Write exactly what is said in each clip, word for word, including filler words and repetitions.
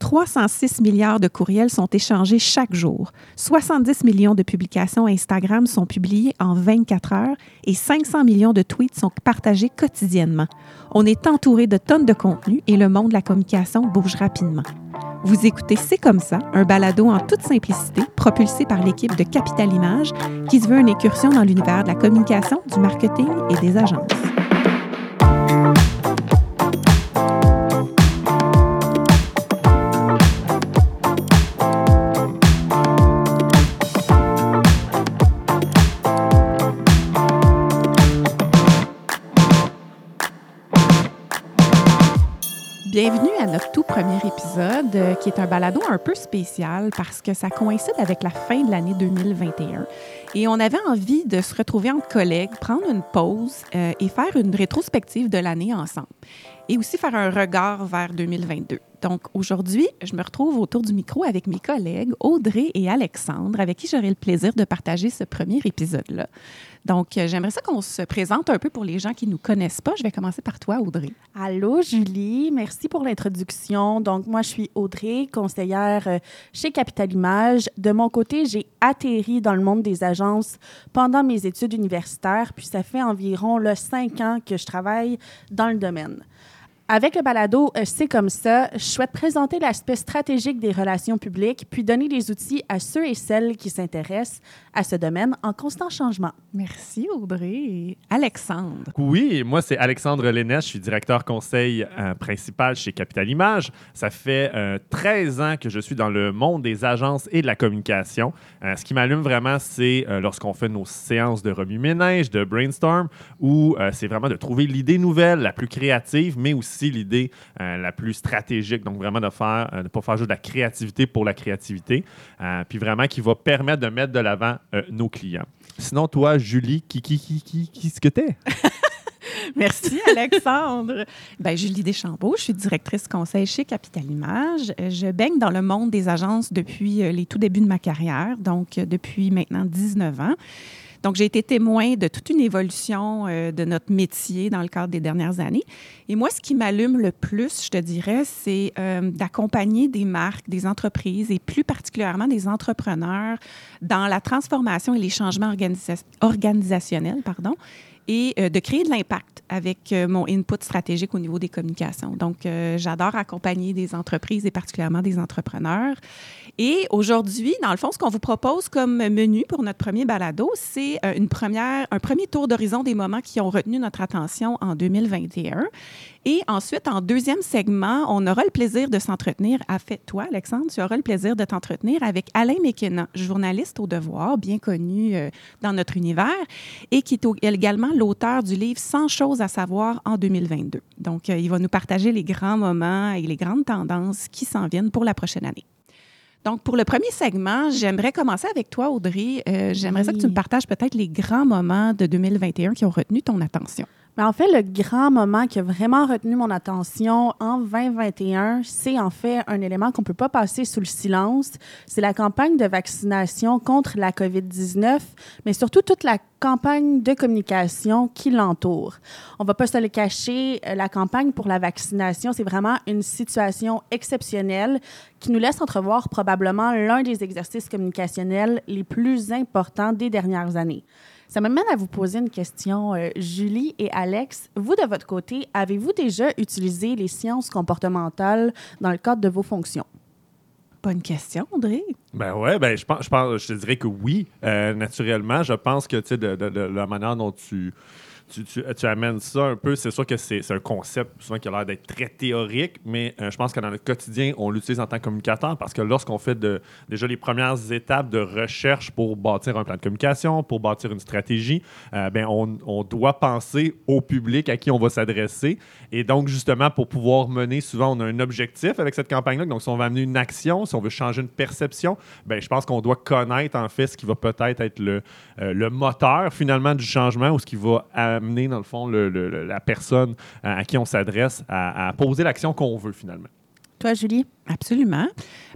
trois cent six milliards de courriels sont échangés chaque jour. soixante-dix millions de publications Instagram sont publiées en vingt-quatre heures et cinq cents millions de tweets sont partagés quotidiennement. On est entouré de tonnes de contenu et le monde de la communication bouge rapidement. Vous écoutez C'est comme ça, un balado en toute simplicité, propulsé par l'équipe de Capital Images, qui se veut une incursion dans l'univers de la communication, du marketing et des agences. Bienvenue à notre tout premier épisode, euh, qui est un balado un peu spécial parce que ça coïncide avec la fin de l'année deux mille vingt et un. Et on avait envie de se retrouver entre collègues, prendre une pause euh, et faire une rétrospective de l'année ensemble. Et aussi faire un regard vers deux mille vingt-deux. Donc aujourd'hui, je me retrouve autour du micro avec mes collègues Audrey et Alexandre, avec qui j'aurai le plaisir de partager ce premier épisode-là. Donc, euh, j'aimerais ça qu'on se présente un peu pour les gens qui ne nous connaissent pas. Je vais commencer par toi, Audrey. Allô, Julie. Merci pour l'introduction. Donc, moi, je suis Audrey, conseillère euh, chez Capital Images. De mon côté, j'ai atterri dans le monde des agences pendant mes études universitaires, puis ça fait environ là, cinq ans que je travaille dans le domaine. Avec le balado euh, C'est comme ça, je souhaite présenter l'aspect stratégique des relations publiques, puis donner les outils à ceux et celles qui s'intéressent à ce domaine en constant changement. Merci, Audrey. Et Alexandre. Oui, moi, c'est Alexandre Lénès. Je suis directeur conseil euh, principal chez Capital Images. Ça fait euh, treize ans que je suis dans le monde des agences et de la communication. Euh, ce qui m'allume vraiment, c'est euh, lorsqu'on fait nos séances de remue-ménage, de brainstorm, où euh, c'est vraiment de trouver l'idée nouvelle, la plus créative, mais aussi l'idée euh, la plus stratégique. Donc, vraiment de faire, euh, de pas faire juste de la créativité pour la créativité, euh, puis vraiment qui va permettre de mettre de l'avant euh, nos clients. Sinon, toi, Julie, qui, qui, qui, qui, qui ce que t'es? Merci, Alexandre. Ben, Julie Deschambault, je suis directrice conseil chez Capital Images. Je baigne dans le monde des agences depuis les tout débuts de ma carrière, donc depuis maintenant dix-neuf ans. Donc, j'ai été témoin de toute une évolution euh, de notre métier dans le cadre des dernières années. Et moi, ce qui m'allume le plus, je te dirais, c'est euh, d'accompagner des marques, des entreprises et plus particulièrement des entrepreneurs dans la transformation et les changements organisa- organisationnels, pardon, et euh, de créer de l'impact avec euh, mon input stratégique au niveau des communications. Donc, euh, j'adore accompagner des entreprises et particulièrement des entrepreneurs. Et aujourd'hui, dans le fond, ce qu'on vous propose comme menu pour notre premier balado, c'est euh, une première, un premier tour d'horizon des moments qui ont retenu notre attention en deux mille vingt et un. Et ensuite, en deuxième segment, on aura le plaisir de s'entretenir. À fait, toi, Alexandre, tu auras le plaisir de t'entretenir avec Alain Mekena, journaliste au Devoir, bien connu euh, dans notre univers, et qui est au, également l'auteur du livre cent choses à savoir en deux mille vingt-deux. Donc, euh, il va nous partager les grands moments et les grandes tendances qui s'en viennent pour la prochaine année. Donc, pour le premier segment, j'aimerais commencer avec toi, Audrey. Euh, j'aimerais oui. ça que tu me partages peut-être les grands moments de deux mille vingt et un qui ont retenu ton attention. Mais en fait, le grand moment qui a vraiment retenu mon attention en vingt vingt et un, c'est en fait un élément qu'on ne peut pas passer sous le silence. C'est la campagne de vaccination contre la covid dix-neuf, mais surtout toute la campagne de communication qui l'entoure. On ne va pas se le cacher, la campagne pour la vaccination, c'est vraiment une situation exceptionnelle qui nous laisse entrevoir probablement l'un des exercices communicationnels les plus importants des dernières années. Ça m'amène à vous poser une question, euh, Julie et Alex. Vous, de votre côté, avez-vous déjà utilisé les sciences comportementales dans le cadre de vos fonctions? Bonne question, Audrey. Ben ouais, ben je pense, je pense, je te dirais que oui, euh, naturellement. Je pense que tu sais de, de, de la manière dont tu Tu, tu, tu amènes ça un peu. C'est sûr que c'est, c'est un concept souvent qui a l'air d'être très théorique, mais euh, je pense que dans le quotidien, on l'utilise en tant que communicateur parce que lorsqu'on fait de, déjà les premières étapes de recherche pour bâtir un plan de communication, pour bâtir une stratégie, euh, ben on, on doit penser au public à qui on va s'adresser. Et donc, justement, pour pouvoir mener, souvent, on a un objectif avec cette campagne-là. Donc, si on veut amener une action, si on veut changer une perception, ben je pense qu'on doit connaître, en fait, ce qui va peut-être être le, euh, le moteur, finalement, du changement ou ce qui va amener, dans le fond, le, le, la personne à qui on s'adresse à, à poser l'action qu'on veut, finalement. Toi, Julie? Absolument.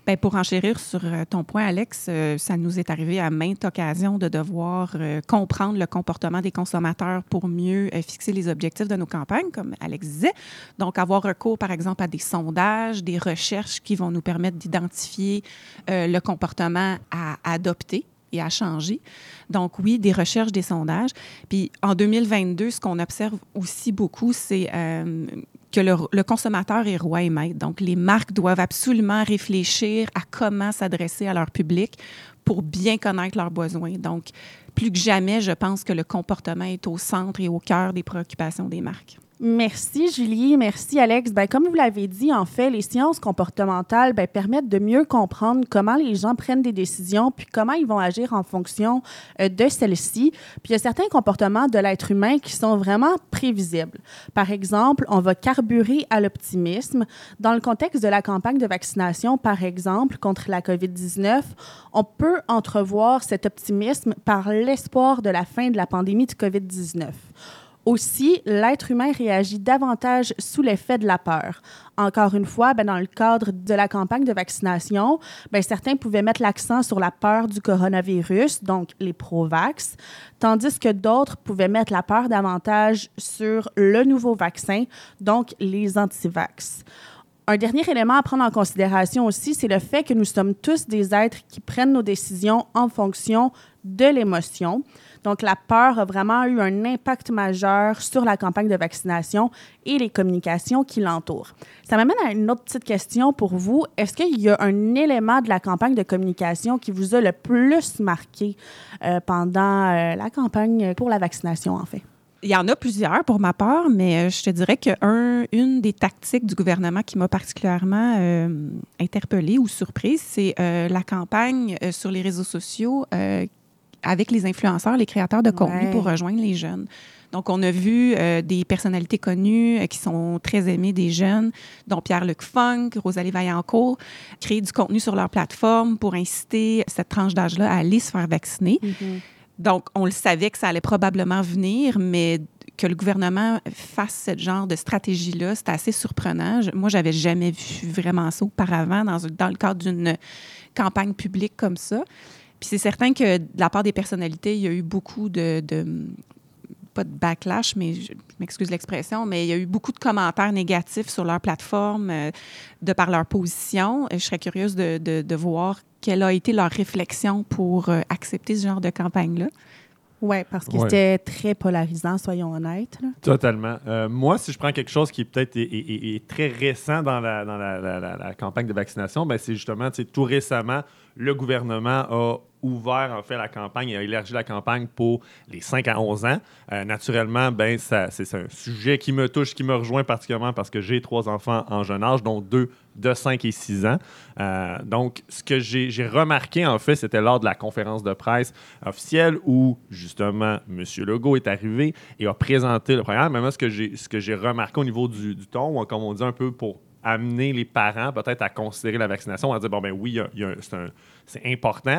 Bien, pour enchérir sur ton point, Alex, euh, ça nous est arrivé à maintes occasions de devoir euh, comprendre le comportement des consommateurs pour mieux euh, fixer les objectifs de nos campagnes, comme Alex disait. Donc, avoir recours, par exemple, à des sondages, des recherches qui vont nous permettre d'identifier euh, le comportement à adopter et à changer. Donc, oui, des recherches, des sondages. Puis, en deux mille vingt-deux, ce qu'on observe aussi beaucoup, c'est euh, que le, le consommateur est roi et maître. Donc, les marques doivent absolument réfléchir à comment s'adresser à leur public pour bien connaître leurs besoins. Donc, plus que jamais, je pense que le comportement est au centre et au cœur des préoccupations des marques. Merci, Julie. Merci, Alex. Bien, comme vous l'avez dit, en fait, les sciences comportementales bien, permettent de mieux comprendre comment les gens prennent des décisions puis comment ils vont agir en fonction euh, de celles-ci. Puis, il y a certains comportements de l'être humain qui sont vraiment prévisibles. Par exemple, on va carburer à l'optimisme. Dans le contexte de la campagne de vaccination, par exemple, contre la covid dix-neuf, on peut entrevoir cet optimisme par l'espoir de la fin de la pandémie de covid dix-neuf. Aussi, l'être humain réagit davantage sous l'effet de la peur. Encore une fois, bien, dans le cadre de la campagne de vaccination, bien, certains pouvaient mettre l'accent sur la peur du coronavirus, donc les pro-vax, tandis que d'autres pouvaient mettre la peur davantage sur le nouveau vaccin, donc les anti-vax. Un dernier élément à prendre en considération aussi, c'est le fait que nous sommes tous des êtres qui prennent nos décisions en fonction de l'émotion. Donc, la peur a vraiment eu un impact majeur sur la campagne de vaccination et les communications qui l'entourent. Ça m'amène à une autre petite question pour vous. Est-ce qu'il y a un élément de la campagne de communication qui vous a le plus marqué euh, pendant euh, la campagne pour la vaccination, en fait? Il y en a plusieurs pour ma part, mais je te dirais qu'une des tactiques du gouvernement qui m'a particulièrement euh, interpellée ou surprise, c'est euh, la campagne euh, sur les réseaux sociaux euh, avec les influenceurs, les créateurs de contenu ouais. pour rejoindre les jeunes. Donc, on a vu euh, des personnalités connues euh, qui sont très aimées des jeunes, dont Pierre-Luc Funk, Rosalie Vaillancourt, créer du contenu sur leur plateforme pour inciter cette tranche d'âge-là à aller se faire vacciner. Mm-hmm. Donc, on le savait que ça allait probablement venir, mais que le gouvernement fasse ce genre de stratégie-là, c'est assez surprenant. Je, moi, je n'avais jamais vu vraiment ça auparavant dans, dans le cadre d'une campagne publique comme ça. Puis c'est certain que de la part des personnalités, il y a eu beaucoup de, de pas de backlash, mais je, je m'excuse l'expression, mais il y a eu beaucoup de commentaires négatifs sur leur plateforme euh, de par leur position. Je serais curieuse de, de, de voir quelle a été leur réflexion pour euh, accepter ce genre de campagne-là. Oui, parce que ouais. c'était très polarisant, soyons honnêtes. Là. Totalement. Euh, moi, si je prends quelque chose qui est peut-être est, est, est très récent dans la, dans la, la, la, la campagne de vaccination, ben c'est justement, tout récemment, le gouvernement a ouvert, en fait, la campagne et a élargi la campagne pour les cinq à onze ans. Euh, naturellement, ben ça, c'est, c'est un sujet qui me touche, qui me rejoint particulièrement parce que j'ai trois enfants en jeune âge, dont deux de cinq et six ans. Euh, donc, ce que j'ai, j'ai remarqué, en fait, c'était lors de la conférence de presse officielle où, justement, M. Legault est arrivé et a présenté le programme. Mais moi, ce que j'ai, ce que j'ai remarqué au niveau du, du ton, comme on dit un peu pour amener les parents peut-être à considérer la vaccination, à dire, bon, ben oui, y a, y a, c'est, un, c'est important.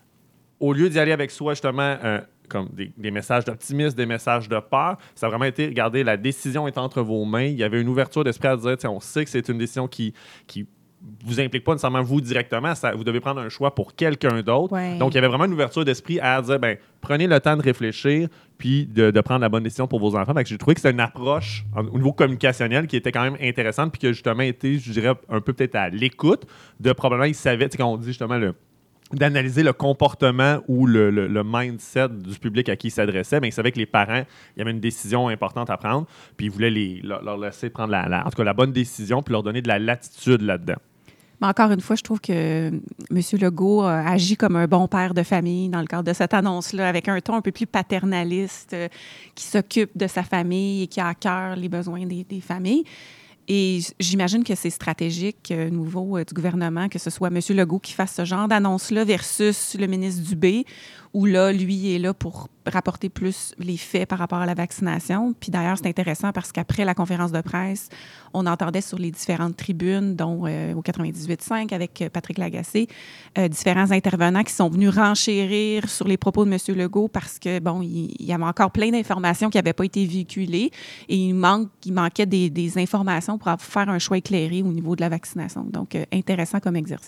Au lieu d'y aller avec soi, justement, euh, comme des, des messages d'optimisme, des messages de peur, ça a vraiment été, regardez, la décision est entre vos mains. Il y avait une ouverture d'esprit à dire, on sait que c'est une décision qui qui vous implique pas nécessairement vous directement, ça, vous devez prendre un choix pour quelqu'un d'autre. Ouais. Donc, il y avait vraiment une ouverture d'esprit à dire, ben prenez le temps de réfléchir puis de, de prendre la bonne décision pour vos enfants. Donc, j'ai trouvé que c'était une approche en, au niveau communicationnel qui était quand même intéressante puis qui a justement été, je dirais, un peu peut-être à l'écoute de probablement, ils savaient, tu sais, quand on dit justement le d'analyser le comportement ou le, le, le mindset du public à qui il s'adressait, bien, il savait que les parents, il y avait une décision importante à prendre, puis il voulait les, leur, leur laisser prendre la, la, en tout cas, la bonne décision, puis leur donner de la latitude là-dedans. Mais encore une fois, je trouve que M. Legault euh, agit comme un bon père de famille dans le cadre de cette annonce-là, avec un ton un peu plus paternaliste, euh, qui s'occupe de sa famille et qui a à cœur les besoins des, des familles. Et j'imagine que c'est stratégique euh, nouveau euh, du gouvernement, que ce soit M. Legault qui fasse ce genre d'annonce-là versus le ministre Dubé, où là, lui est là pour rapporter plus les faits par rapport à la vaccination. Puis d'ailleurs, c'est intéressant parce qu'après la conférence de presse, on entendait sur les différentes tribunes, dont euh, au quatre-vingt-dix-huit cinq avec Patrick Lagacé, euh, différents intervenants qui sont venus renchérir sur les propos de M. Legault parce que, bon, il, il y avait encore plein d'informations qui n'avaient pas été véhiculées et il, manque, il manquait des, des informations pour faire un choix éclairé au niveau de la vaccination. Donc, euh, intéressant comme exercice.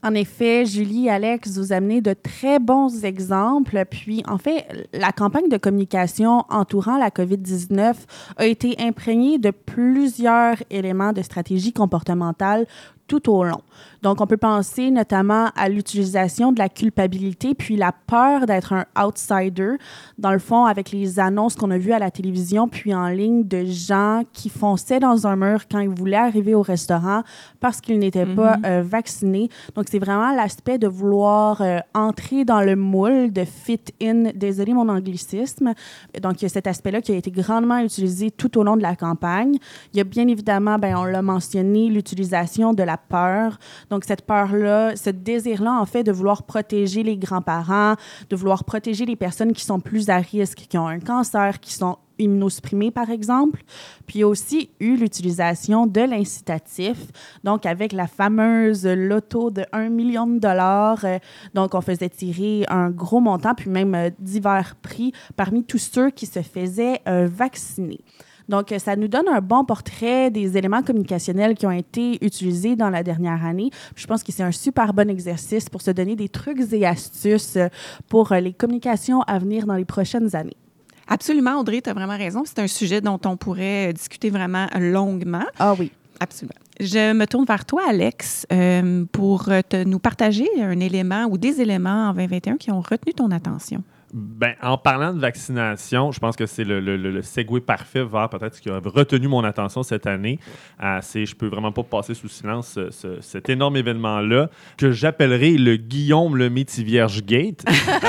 En effet, Julie et Alex, vous amenez de très bons exemples. Puis, en fait, la campagne de communication entourant la covid dix-neuf a été imprégnée de plusieurs éléments de stratégie comportementale tout au long. Donc, on peut penser notamment à l'utilisation de la culpabilité puis la peur d'être un outsider. Dans le fond, avec les annonces qu'on a vues à la télévision puis en ligne de gens qui fonçaient dans un mur quand ils voulaient arriver au restaurant parce qu'ils n'étaient mm-hmm. pas euh, vaccinés. Donc, c'est vraiment l'aspect de vouloir euh, entrer dans le moule, de fit in. Désolé mon anglicisme. Donc, il y a cet aspect-là qui a été grandement utilisé tout au long de la campagne. Il y a bien évidemment, ben, on l'a mentionné, l'utilisation de la peur. Donc, cette peur-là, ce désir-là, en fait, de vouloir protéger les grands-parents, de vouloir protéger les personnes qui sont plus à risque, qui ont un cancer, qui sont immunosupprimés, par exemple. Puis, il y a aussi eu l'utilisation de l'incitatif, donc avec la fameuse loto de un million de dollars. Euh, donc, on faisait tirer un gros montant, puis même euh, divers prix parmi tous ceux qui se faisaient euh, vacciner. Donc, ça nous donne un bon portrait des éléments communicationnels qui ont été utilisés dans la dernière année. Je pense que c'est un super bon exercice pour se donner des trucs et astuces pour les communications à venir dans les prochaines années. Absolument, Audrey, tu as vraiment raison. C'est un sujet dont on pourrait discuter vraiment longuement. Ah oui. Absolument. Je me tourne vers toi, Alex, euh, pour te, nous partager un élément ou des éléments en vingt vingt et un qui ont retenu ton attention. Ben, en parlant de vaccination, je pense que c'est le, le, le segue parfait vers peut-être ce qui a retenu mon attention cette année. Euh, c'est, je peux vraiment pas passer sous silence ce, ce, cet énorme événement-là que j'appellerai le Guillaume le Métivierge Gate.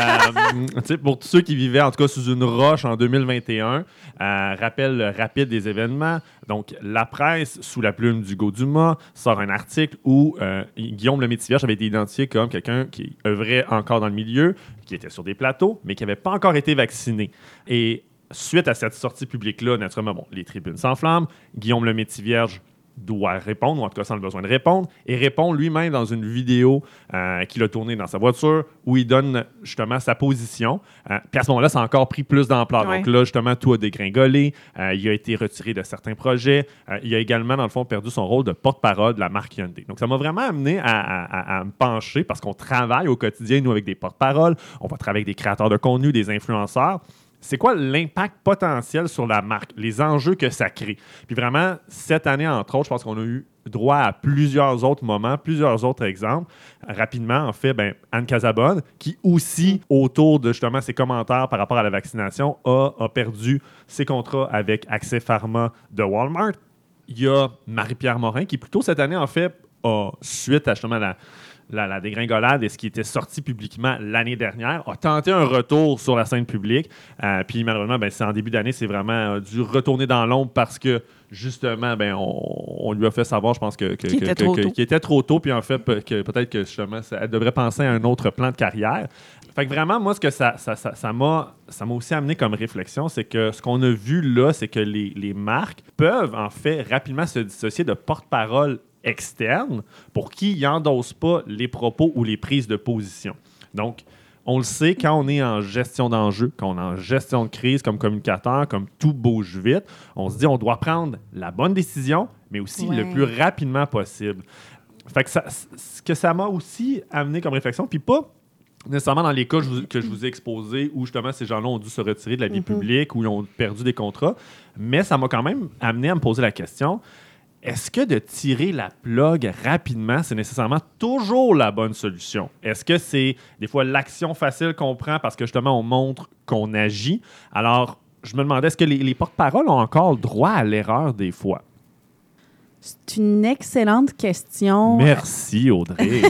euh, pour tous ceux qui vivaient en tout cas sous une roche en deux mille vingt et un, euh, rappel rapide des événements. Donc, la presse, sous la plume d'Hugo Dumas, sort un article où euh, Guillaume le Métivierge avait été identifié comme quelqu'un qui œuvrait encore dans le milieu, qui était sur des plateaux, mais qui n'avait pas encore été vacciné. Et suite à cette sortie publique-là, naturellement, bon, les tribunes s'enflamment. Guillaume le Métivierge doit répondre, ou en tout cas sans le besoin de répondre, et répond lui-même dans une vidéo euh, qu'il a tournée dans sa voiture, où il donne justement sa position. Euh, puis à ce moment-là, ça a encore pris plus d'ampleur. Ouais. Donc là, justement, tout a dégringolé. Euh, il a été retiré de certains projets. Euh, il a également, dans le fond, perdu son rôle de porte-parole de la marque Hyundai. Donc ça m'a vraiment amené à, à, à, à me pencher, parce qu'on travaille au quotidien, nous, avec des porte-paroles. On va travailler avec des créateurs de contenu, des influenceurs. C'est quoi l'impact potentiel sur la marque, les enjeux que ça crée? Puis vraiment, cette année, entre autres, je pense qu'on a eu droit à plusieurs autres moments, plusieurs autres exemples. Rapidement, en fait, ben, Anne Casabonne, qui aussi, autour de justement ses commentaires par rapport à la vaccination, a, a perdu ses contrats avec Accès Pharma de Walmart. Il y a Marie-Pierre Morin, qui plutôt cette année, en fait, a, suite à justement la... La, la dégringolade et ce qui était sorti publiquement l'année dernière, a tenté un retour sur la scène publique. Euh, puis malheureusement, ben, c'est en début d'année, c'est vraiment euh, dû retourner dans l'ombre parce que justement, ben, on, on lui a fait savoir, je pense, que, que, qu'il, que, était que, trop que, tôt. qu'il était trop tôt. Puis en fait, que, peut-être que justement, ça, elle devrait penser à un autre plan de carrière. Fait que vraiment, moi, ce que ça, ça, ça, ça, m'a, ça m'a aussi amené comme réflexion, c'est que ce qu'on a vu là, c'est que les, les marques peuvent en fait rapidement se dissocier de porte-parole externe pour qui n'endosse pas les propos ou les prises de position. Donc, on le sait, quand on est en gestion d'enjeux, quand on est en gestion de crise comme communicateur, comme tout bouge vite, on se dit on doit prendre la bonne décision, mais aussi ouais. le plus rapidement possible. Fait que ça, ce que ça m'a aussi amené comme réflexion, puis pas nécessairement dans les cas que je vous, que je vous ai exposés où justement ces gens-là ont dû se retirer de la vie mm-hmm. publique, où ils ont perdu des contrats, mais ça m'a quand même amené à me poser la question, est-ce que de tirer la plug rapidement, c'est nécessairement toujours la bonne solution? Est-ce que c'est des fois l'action facile qu'on prend parce que justement on montre qu'on agit? Alors, je me demandais, est-ce que les, les porte-paroles ont encore le droit à l'erreur des fois? C'est une excellente question. Merci, Audrey.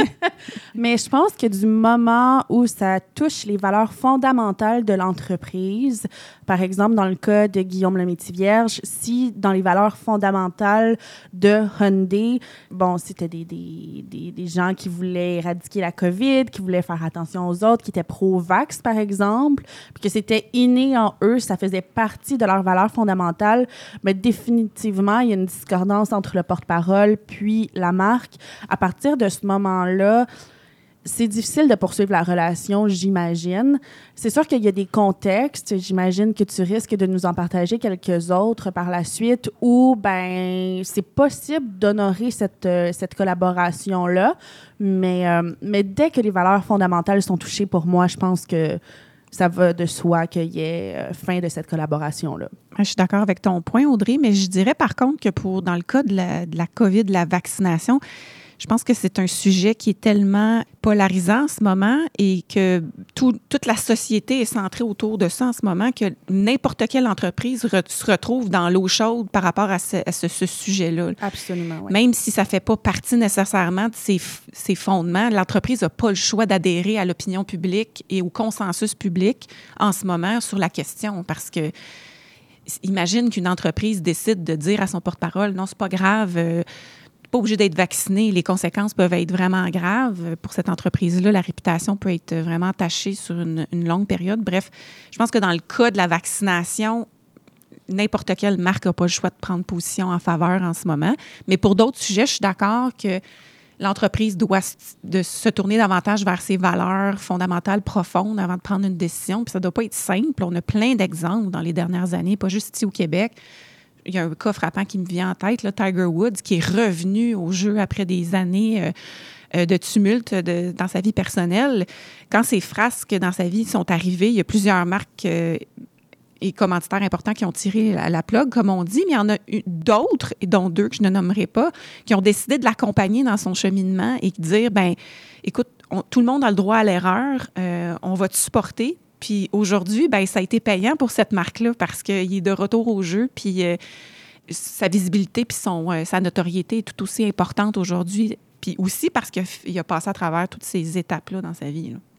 Mais je pense que du moment où ça touche les valeurs fondamentales de l'entreprise, par exemple, dans le cas de Guillaume le Métivierge, si dans les valeurs fondamentales de Hyundai, bon, c'était des, des, des, des gens qui voulaient éradiquer la COVID, qui voulaient faire attention aux autres, qui étaient pro-vax, par exemple, puis que c'était inné en eux, ça faisait partie de leurs valeurs fondamentales, mais définitivement, il y a une discordance entre le porte-parole puis la marque. À partir de ce moment-là, c'est difficile de poursuivre la relation, j'imagine. C'est sûr qu'il y a des contextes. J'imagine que tu risques de nous en partager quelques autres par la suite où, ben, c'est possible d'honorer cette, euh, cette collaboration-là. Mais, euh, mais dès que les valeurs fondamentales sont touchées, pour moi, je pense que ça va de soi qu'il y ait euh, fin de cette collaboration-là. Je suis d'accord avec ton point, Audrey, mais je dirais par contre que pour dans le cas de la, de la COVID, de la vaccination, je pense que c'est un sujet qui est tellement polarisant en ce moment et que tout, toute la société est centrée autour de ça en ce moment que n'importe quelle entreprise re, se retrouve dans l'eau chaude par rapport à ce, à ce, ce sujet-là. Absolument, oui. Même si ça ne fait pas partie nécessairement de ses, ses fondements, l'entreprise n'a pas le choix d'adhérer à l'opinion publique et au consensus public en ce moment sur la question parce que imagine qu'une entreprise décide de dire à son porte-parole « Non, c'est pas grave, euh, pas obligé d'être vacciné. Les conséquences peuvent être vraiment graves pour cette entreprise-là. La réputation peut être vraiment tachée sur une, une longue période. Bref, je pense que dans le cas de la vaccination, n'importe quelle marque n'a pas le choix de prendre position en faveur en ce moment. Mais pour d'autres sujets, je suis d'accord que l'entreprise doit de se tourner davantage vers ses valeurs fondamentales profondes avant de prendre une décision. Puis ça ne doit pas être simple. On a plein d'exemples dans les dernières années, pas juste ici au Québec. Il y a un cas frappant qui me vient en tête, là, Tiger Woods, qui est revenu au jeu après des années euh, euh, de tumulte de, dans sa vie personnelle. Quand ces frasques dans sa vie sont arrivées, il y a plusieurs marques euh, et commanditaires importants qui ont tiré la, la plug, comme on dit, mais il y en a eu d'autres, et dont deux que je ne nommerai pas, qui ont décidé de l'accompagner dans son cheminement et de dire, ben, écoute, on, tout le monde a le droit à l'erreur, euh, on va te supporter. Puis aujourd'hui, ben, ça a été payant pour cette marque-là parce qu'il est de retour au jeu, puis euh, sa visibilité puis son, euh, sa notoriété est tout aussi importante aujourd'hui, puis aussi parce qu'il a passé à travers toutes ces étapes-là dans sa vie, là.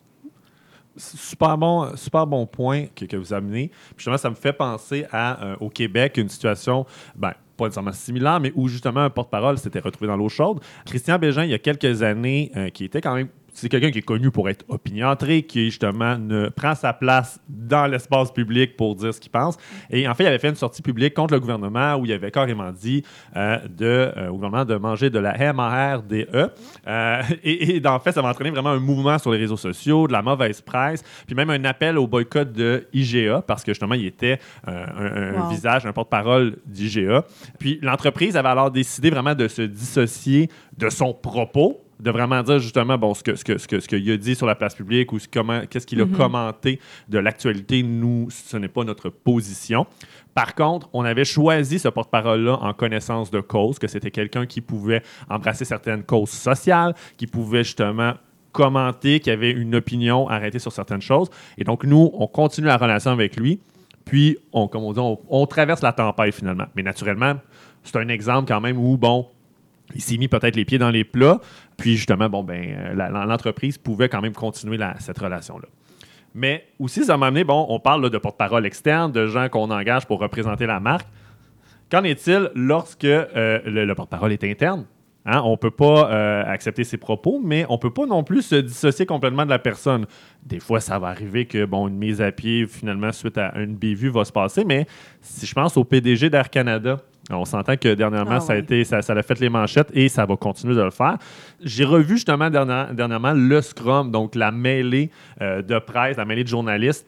Super bon, super bon point que, que vous amenez. Puis justement, ça me fait penser à, euh, au Québec, une situation, ben, pas nécessairement similaire, mais où justement un porte-parole s'était retrouvé dans l'eau chaude. Christian Bégin, il y a quelques années, euh, qui était quand même... C'est quelqu'un qui est connu pour être opiniâtré, qui justement ne prend sa place dans l'espace public pour dire ce qu'il pense. Et en fait, il avait fait une sortie publique contre le gouvernement où il avait carrément dit euh, de, euh, au gouvernement de manger de la M A R D E. Euh, et, et en fait, ça va entraîner vraiment un mouvement sur les réseaux sociaux, de la mauvaise presse, puis même un appel au boycott de I G A parce que justement, il était euh, un, un wow. visage, un porte-parole d'I G A. Puis l'entreprise avait alors décidé vraiment de se dissocier de son propos, de vraiment dire justement bon, ce, que, ce, que, ce, que, ce qu'il a dit sur la place publique ou ce, comment, qu'est-ce qu'il a mm-hmm. commenté de l'actualité. Nous, ce n'est pas notre position. Par contre, on avait choisi ce porte-parole-là en connaissance de cause, que c'était quelqu'un qui pouvait embrasser certaines causes sociales, qui pouvait justement commenter, qui avait une opinion arrêtée sur certaines choses. Et donc, nous, on continue la relation avec lui. Puis, on, comme on dit, on, on traverse la tempête finalement. Mais naturellement, c'est un exemple quand même où, bon, il s'est mis peut-être les pieds dans les plats, puis justement, bon, ben, la, l'entreprise pouvait quand même continuer la, cette relation-là. Mais aussi, ça m'a amené, bon, on parle là, de porte-parole externe, de gens qu'on engage pour représenter la marque. Qu'en est-il lorsque euh, le, le porte-parole est interne? Hein? On ne peut pas euh, accepter ses propos, mais on ne peut pas non plus se dissocier complètement de la personne. Des fois, ça va arriver que, bon, une mise à pied, finalement, suite à une bévue, va se passer, mais si je pense au P D G d'Air Canada, on s'entend que dernièrement, ah, ça, a ouais. été, ça, ça a fait les manchettes et ça va continuer de le faire. J'ai revu justement dernière, dernièrement le Scrum, donc la mêlée euh, de presse, la mêlée de journalistes,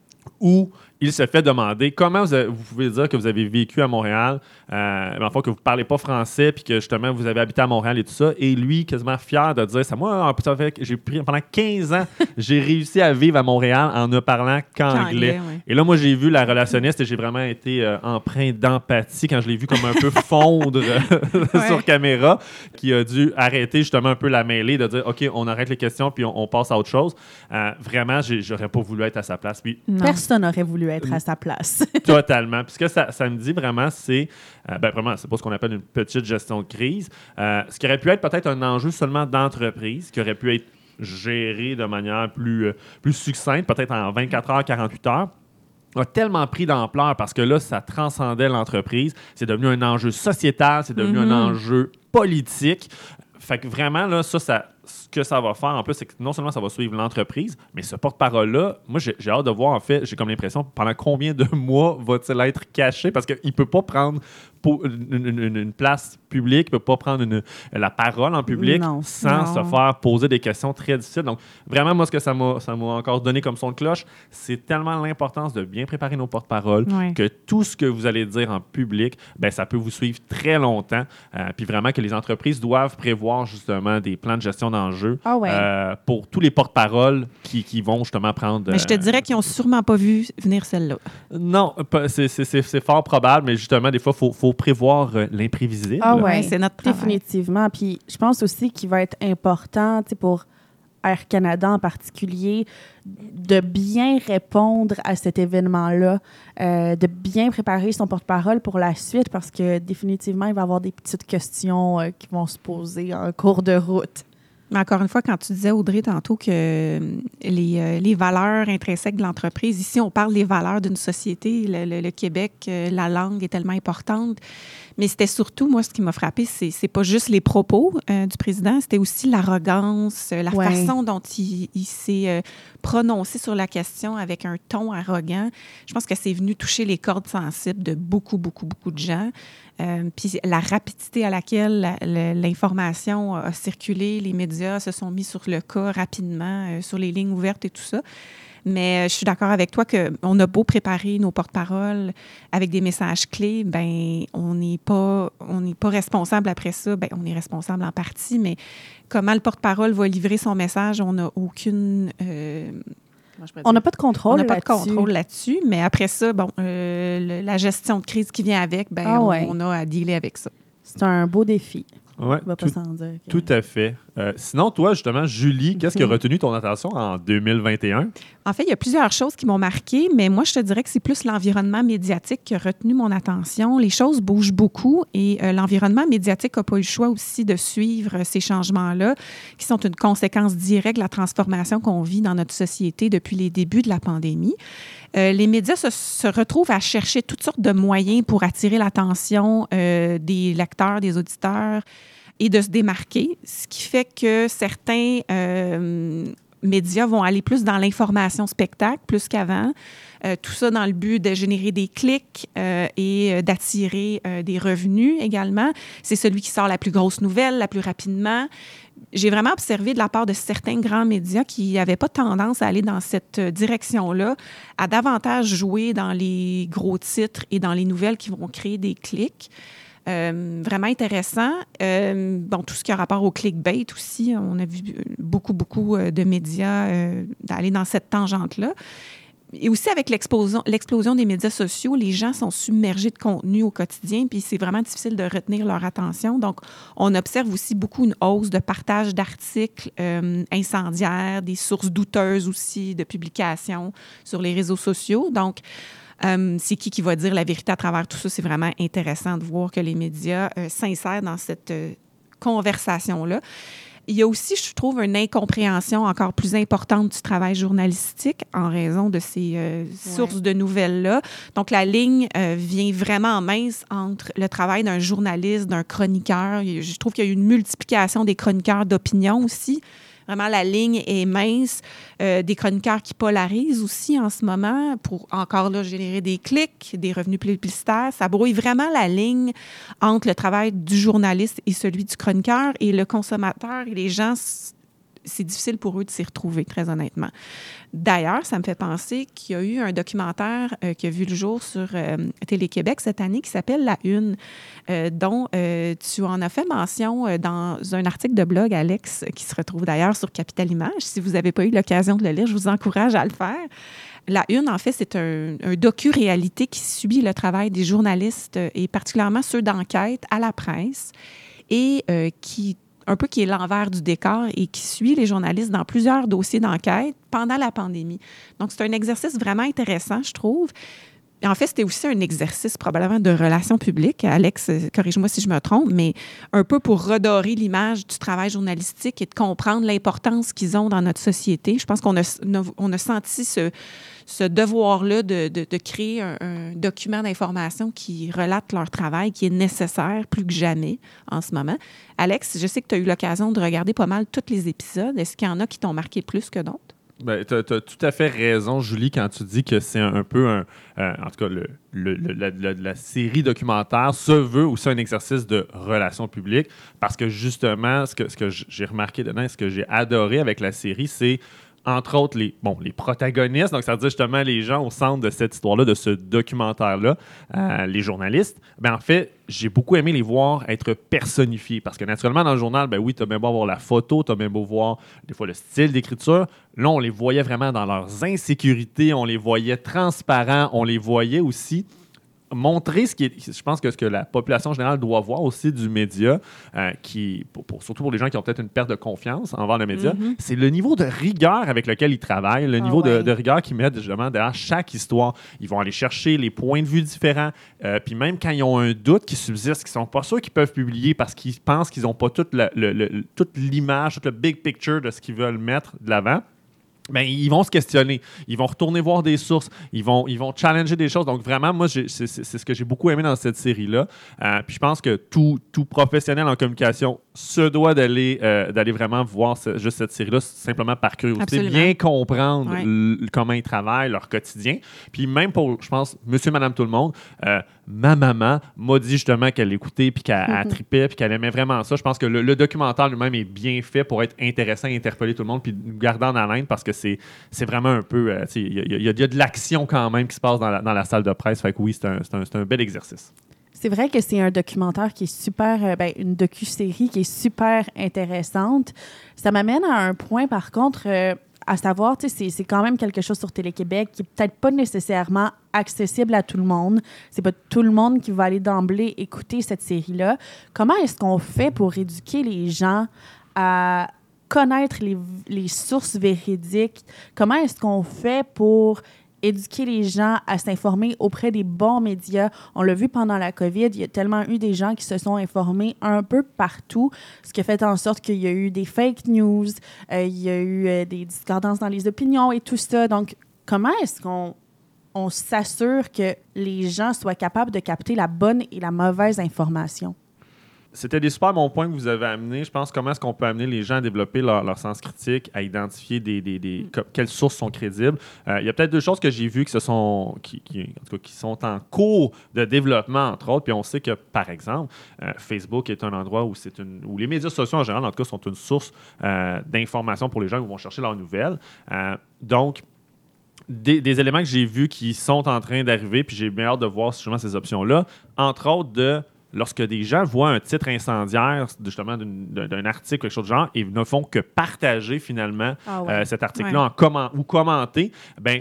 où il se fait demander comment vous, avez, vous pouvez dire que vous avez vécu à Montréal, euh, enfin que vous ne parlez pas français, puis que justement vous avez habité à Montréal et tout ça. Et lui, quasiment fier de dire ça. Moi, ça fait, j'ai pris, pendant quinze ans, j'ai réussi à vivre à Montréal en ne parlant qu'anglais. Qu'anglais, ouais. Et là, moi, j'ai vu la relationniste et j'ai vraiment été euh, empreint d'empathie quand je l'ai vu comme un peu fondre ouais. sur caméra, qui a dû arrêter justement un peu la mêlée, de dire OK, on arrête les questions puis on, on passe à autre chose. Euh, vraiment, j'ai, j'aurais pas voulu être à sa place. Puis, personne n'aurait voulu être à sa place. Totalement. Puis ce que ça, ça me dit vraiment, c'est, euh, ben vraiment, c'est pas ce qu'on appelle une petite gestion de crise. Euh, ce qui aurait pu être peut-être un enjeu seulement d'entreprise, qui aurait pu être géré de manière plus, euh, plus succincte, peut-être en vingt-quatre heures, quarante-huit heures, a tellement pris d'ampleur parce que là, ça transcendait l'entreprise. C'est devenu un enjeu sociétal, c'est devenu mm-hmm. un enjeu politique. Fait que vraiment, là, ça, ça, ce que ça va faire, en plus, c'est que non seulement ça va suivre l'entreprise, mais ce porte-parole-là, moi, j'ai, j'ai hâte de voir, en fait, j'ai comme l'impression, pendant combien de mois va-t-il être caché? Parce qu'il ne peut pas prendre pour une, une, une place publique, il ne peut pas prendre une, la parole en public Non. sans Non. se faire poser des questions très difficiles. Donc, vraiment, moi, ce que ça m'a, ça m'a encore donné comme son de cloche, c'est tellement l'importance de bien préparer nos porte-paroles, Ouais. que tout ce que vous allez dire en public, ben, ça peut vous suivre très longtemps. Euh, puis vraiment que les entreprises doivent prévoir justement des plans de gestion d'enjeux Ah ouais. euh, pour tous les porte-paroles qui, qui vont justement prendre... Mais je te euh, dirais qu'ils n'ont sûrement pas vu venir celle-là. Non, pas- c'est, c'est, c'est, c'est fort probable, mais justement, des fois, il faut, faut prévoir euh, l'imprévisible. Ah ouais. Ouais, c'est notre travail. Définitivement. Puis je pense aussi qu'il va être important, tu sais, pour Air Canada en particulier, de bien répondre à cet événement-là, euh, de bien préparer son porte-parole pour la suite, parce que définitivement, il va y avoir des petites questions euh, qui vont se poser en cours de route. Mais encore une fois, quand tu disais, Audrey, tantôt que euh, les, euh, les valeurs intrinsèques de l'entreprise, ici, on parle des valeurs d'une société. Le, le- le Québec, euh, la langue est tellement importante. Mais c'était surtout, moi, ce qui m'a frappé, c'est, c'est pas juste les propos euh, du président, c'était aussi l'arrogance, euh, la Ouais. façon dont il, il s'est euh, prononcé sur la question avec un ton arrogant. Je pense que c'est venu toucher les cordes sensibles de beaucoup, beaucoup, beaucoup de gens. Euh, puis la rapidité à laquelle la- la- l'information a circulé, les médias se sont mis sur le cas rapidement, euh, sur les lignes ouvertes et tout ça. Mais euh, je suis d'accord avec toi qu'on a beau préparer nos porte-paroles avec des messages clés, ben on n'est pas, on n'est pas responsable après ça. Ben on est responsable en partie, mais comment le porte-parole va livrer son message, on n'a aucune... euh, comment je pourrais On dire? n'a pas de contrôle On n'a pas de là-dessus. contrôle là-dessus, mais après ça, bon, euh, le- la gestion de crise qui vient avec, ben, Ah on, ouais. on a à dealer avec ça. C'est un beau défi. Ouais, On va pas tout, s'en dire. que- tout à fait. Euh, sinon, toi, justement, Julie, qu'est-ce qui a retenu ton attention en deux mille vingt et un? En fait, il y a plusieurs choses qui m'ont marqué, mais moi, je te dirais que c'est plus l'environnement médiatique qui a retenu mon attention. Les choses bougent beaucoup et euh, l'environnement médiatique n'a pas eu le choix aussi de suivre euh, ces changements-là, qui sont une conséquence directe de la transformation qu'on vit dans notre société depuis les débuts de la pandémie. Euh, les médias se, se retrouvent à chercher toutes sortes de moyens pour attirer l'attention euh, des lecteurs, des auditeurs et de se démarquer, ce qui fait que certains euh, médias vont aller plus dans l'information spectacle, plus qu'avant. Euh, tout ça dans le but de générer des clics euh, et euh, d'attirer euh, des revenus également. C'est celui qui sort la plus grosse nouvelle, la plus rapidement. J'ai vraiment observé de la part de certains grands médias qui n'avaient pas tendance à aller dans cette direction-là, à davantage jouer dans les gros titres et dans les nouvelles qui vont créer des clics. Euh, vraiment intéressant. Euh, bon, tout ce qui a rapport au clickbait aussi, on a vu beaucoup, beaucoup euh, de médias euh, aller dans cette tangente-là. Et aussi avec l'explosion, l'explosion des médias sociaux, les gens sont submergés de contenu au quotidien, puis c'est vraiment difficile de retenir leur attention. Donc, on observe aussi beaucoup une hausse de partage d'articles euh, incendiaires, des sources douteuses aussi de publications sur les réseaux sociaux. Donc, Euh, c'est qui qui va dire la vérité à travers tout ça? C'est vraiment intéressant de voir que les médias euh, s'insèrent dans cette euh, conversation-là. Il y a aussi, je trouve, une incompréhension encore plus importante du travail journalistique en raison de ces euh, sources de nouvelles-là. Donc, la ligne euh, vient vraiment mince entre le travail d'un journaliste, d'un chroniqueur. Je trouve qu'il y a eu une multiplication des chroniqueurs d'opinion aussi. Vraiment, la ligne est mince. Euh, des chroniqueurs qui polarisent aussi en ce moment pour encore là générer des clics, des revenus publicitaires. Ça brouille vraiment la ligne entre le travail du journaliste et celui du chroniqueur. Et le consommateur et les gens, c'est difficile pour eux de s'y retrouver, très honnêtement. D'ailleurs, ça me fait penser qu'il y a eu un documentaire euh, qui a vu le jour sur euh, Télé-Québec cette année qui s'appelle La Une, euh, dont euh, tu en as fait mention euh, dans un article de blog, Alex, qui se retrouve d'ailleurs sur Capital Image. Si vous n'avez pas eu l'occasion de le lire, je vous encourage à le faire. La Une, en fait, c'est un, un docu-réalité qui suit le travail des journalistes euh, et particulièrement ceux d'enquête à la presse et euh, qui un peu qui est l'envers du décor et qui suit les journalistes dans plusieurs dossiers d'enquête pendant la pandémie. Donc, c'est un exercice vraiment intéressant, je trouve. En fait, c'était aussi un exercice probablement de relations publiques. Alex, corrige-moi si je me trompe, mais un peu pour redorer l'image du travail journalistique et de comprendre l'importance qu'ils ont dans notre société. Je pense qu'on a, on a senti ce, ce devoir-là de, de, de créer un, un document d'information qui relate leur travail, qui est nécessaire plus que jamais en ce moment. Alex, je sais que tu as eu l'occasion de regarder pas mal tous les épisodes. Est-ce qu'il y en a qui t'ont marqué plus que d'autres? Ben, tu as tout à fait raison, Julie, quand tu dis que c'est un, un peu un. Euh, en tout cas, le, le, le, la, la, la série documentaire se veut aussi un exercice de relations publiques parce que justement, ce que, ce que j'ai remarqué dedans, ce que j'ai adoré avec la série, c'est entre autres les, bon, les protagonistes, donc ça veut dire justement les gens au centre de cette histoire-là, de ce documentaire-là, euh, les journalistes. Ben, en fait, j'ai beaucoup aimé les voir être personnifiés parce que naturellement, dans le journal, ben oui, tu as bien beau voir la photo, tu as bien beau voir des fois le style d'écriture. Là, on les voyait vraiment dans leurs insécurités, on les voyait transparents, on les voyait aussi montrer ce qui est, je pense que ce que la population générale doit voir aussi du média, euh, qui, pour, pour, surtout pour les gens qui ont peut-être une perte de confiance envers le média, mm-hmm. c'est le niveau de rigueur avec lequel ils travaillent, le ah niveau ouais. de, de rigueur qu'ils mettent justement derrière chaque histoire. Ils vont aller chercher les points de vue différents, euh, puis même quand ils ont un doute qui subsiste, qu'ils sont pas sûrs qu'ils peuvent publier parce qu'ils pensent qu'ils n'ont pas toute, la, le, le, toute l'image, toute le big picture de ce qu'ils veulent mettre de l'avant, ben, ils vont se questionner, ils vont retourner voir des sources, ils vont, ils vont challenger des choses. Donc, vraiment, moi, j'ai, c'est, c'est, c'est ce que j'ai beaucoup aimé dans cette série-là. Euh, puis je pense que tout, tout professionnel en communication se doit d'aller, euh, d'aller vraiment voir ce, juste cette série-là, simplement par curiosité, Absolument. bien comprendre ouais. l- comment ils travaillent, leur quotidien. Puis même pour, je pense, monsieur, madame, tout le monde, euh, ma maman m'a dit justement qu'elle l'écoutait, puis qu'elle mm-hmm. tripait, puis qu'elle aimait vraiment ça. Je pense que le, le documentaire lui-même est bien fait pour être intéressant et interpeller tout le monde, puis nous garder en haleine parce que c'est, c'est vraiment un peu... Euh, il y, y, y a de l'action quand même qui se passe dans la, dans la salle de presse. Fait que oui, c'est un, c'est un, c'est un bel exercice. C'est vrai que c'est un documentaire qui est super... Euh, ben, une docu-série qui est super intéressante. Ça m'amène à un point, par contre... Euh, à savoir, tu sais, c'est, c'est quand même quelque chose sur Télé-Québec qui n'est peut-être pas nécessairement accessible à tout le monde. C'est pas tout le monde qui va aller d'emblée écouter cette série-là. Comment est-ce qu'on fait pour éduquer les gens à connaître les, les sources véridiques? Comment est-ce qu'on fait pour éduquer les gens à s'informer auprès des bons médias? On l'a vu pendant la COVID, il y a tellement eu des gens qui se sont informés un peu partout, ce qui a fait en sorte qu'il y a eu des fake news, euh, il y a eu euh, des discordances dans les opinions et tout ça. Donc, comment est-ce qu'on on s'assure que les gens soient capables de capter la bonne et la mauvaise information? C'était des super bons points que vous avez amenés. Je pense comment est-ce qu'on peut amener les gens à développer leur, leur sens critique, à identifier des, des, des, mm. quelles sources sont crédibles. Euh, il y a peut-être deux choses que j'ai vues qui, se sont, qui, qui, en tout cas, qui sont en cours de développement, entre autres. Puis on sait que, par exemple, euh, Facebook est un endroit où, c'est une, où les médias sociaux en général, en tout cas, sont une source euh, d'information pour les gens qui vont chercher leurs nouvelles. Euh, donc, Des, des éléments que j'ai vus qui sont en train d'arriver, puis j'ai bien hâte de voir justement ces options-là, entre autres de lorsque des gens voient un titre incendiaire justement d'une, d'un article, quelque chose de genre, et ne font que partager finalement ah ouais. euh, cet article-là ouais. en comment, ou commenter, ben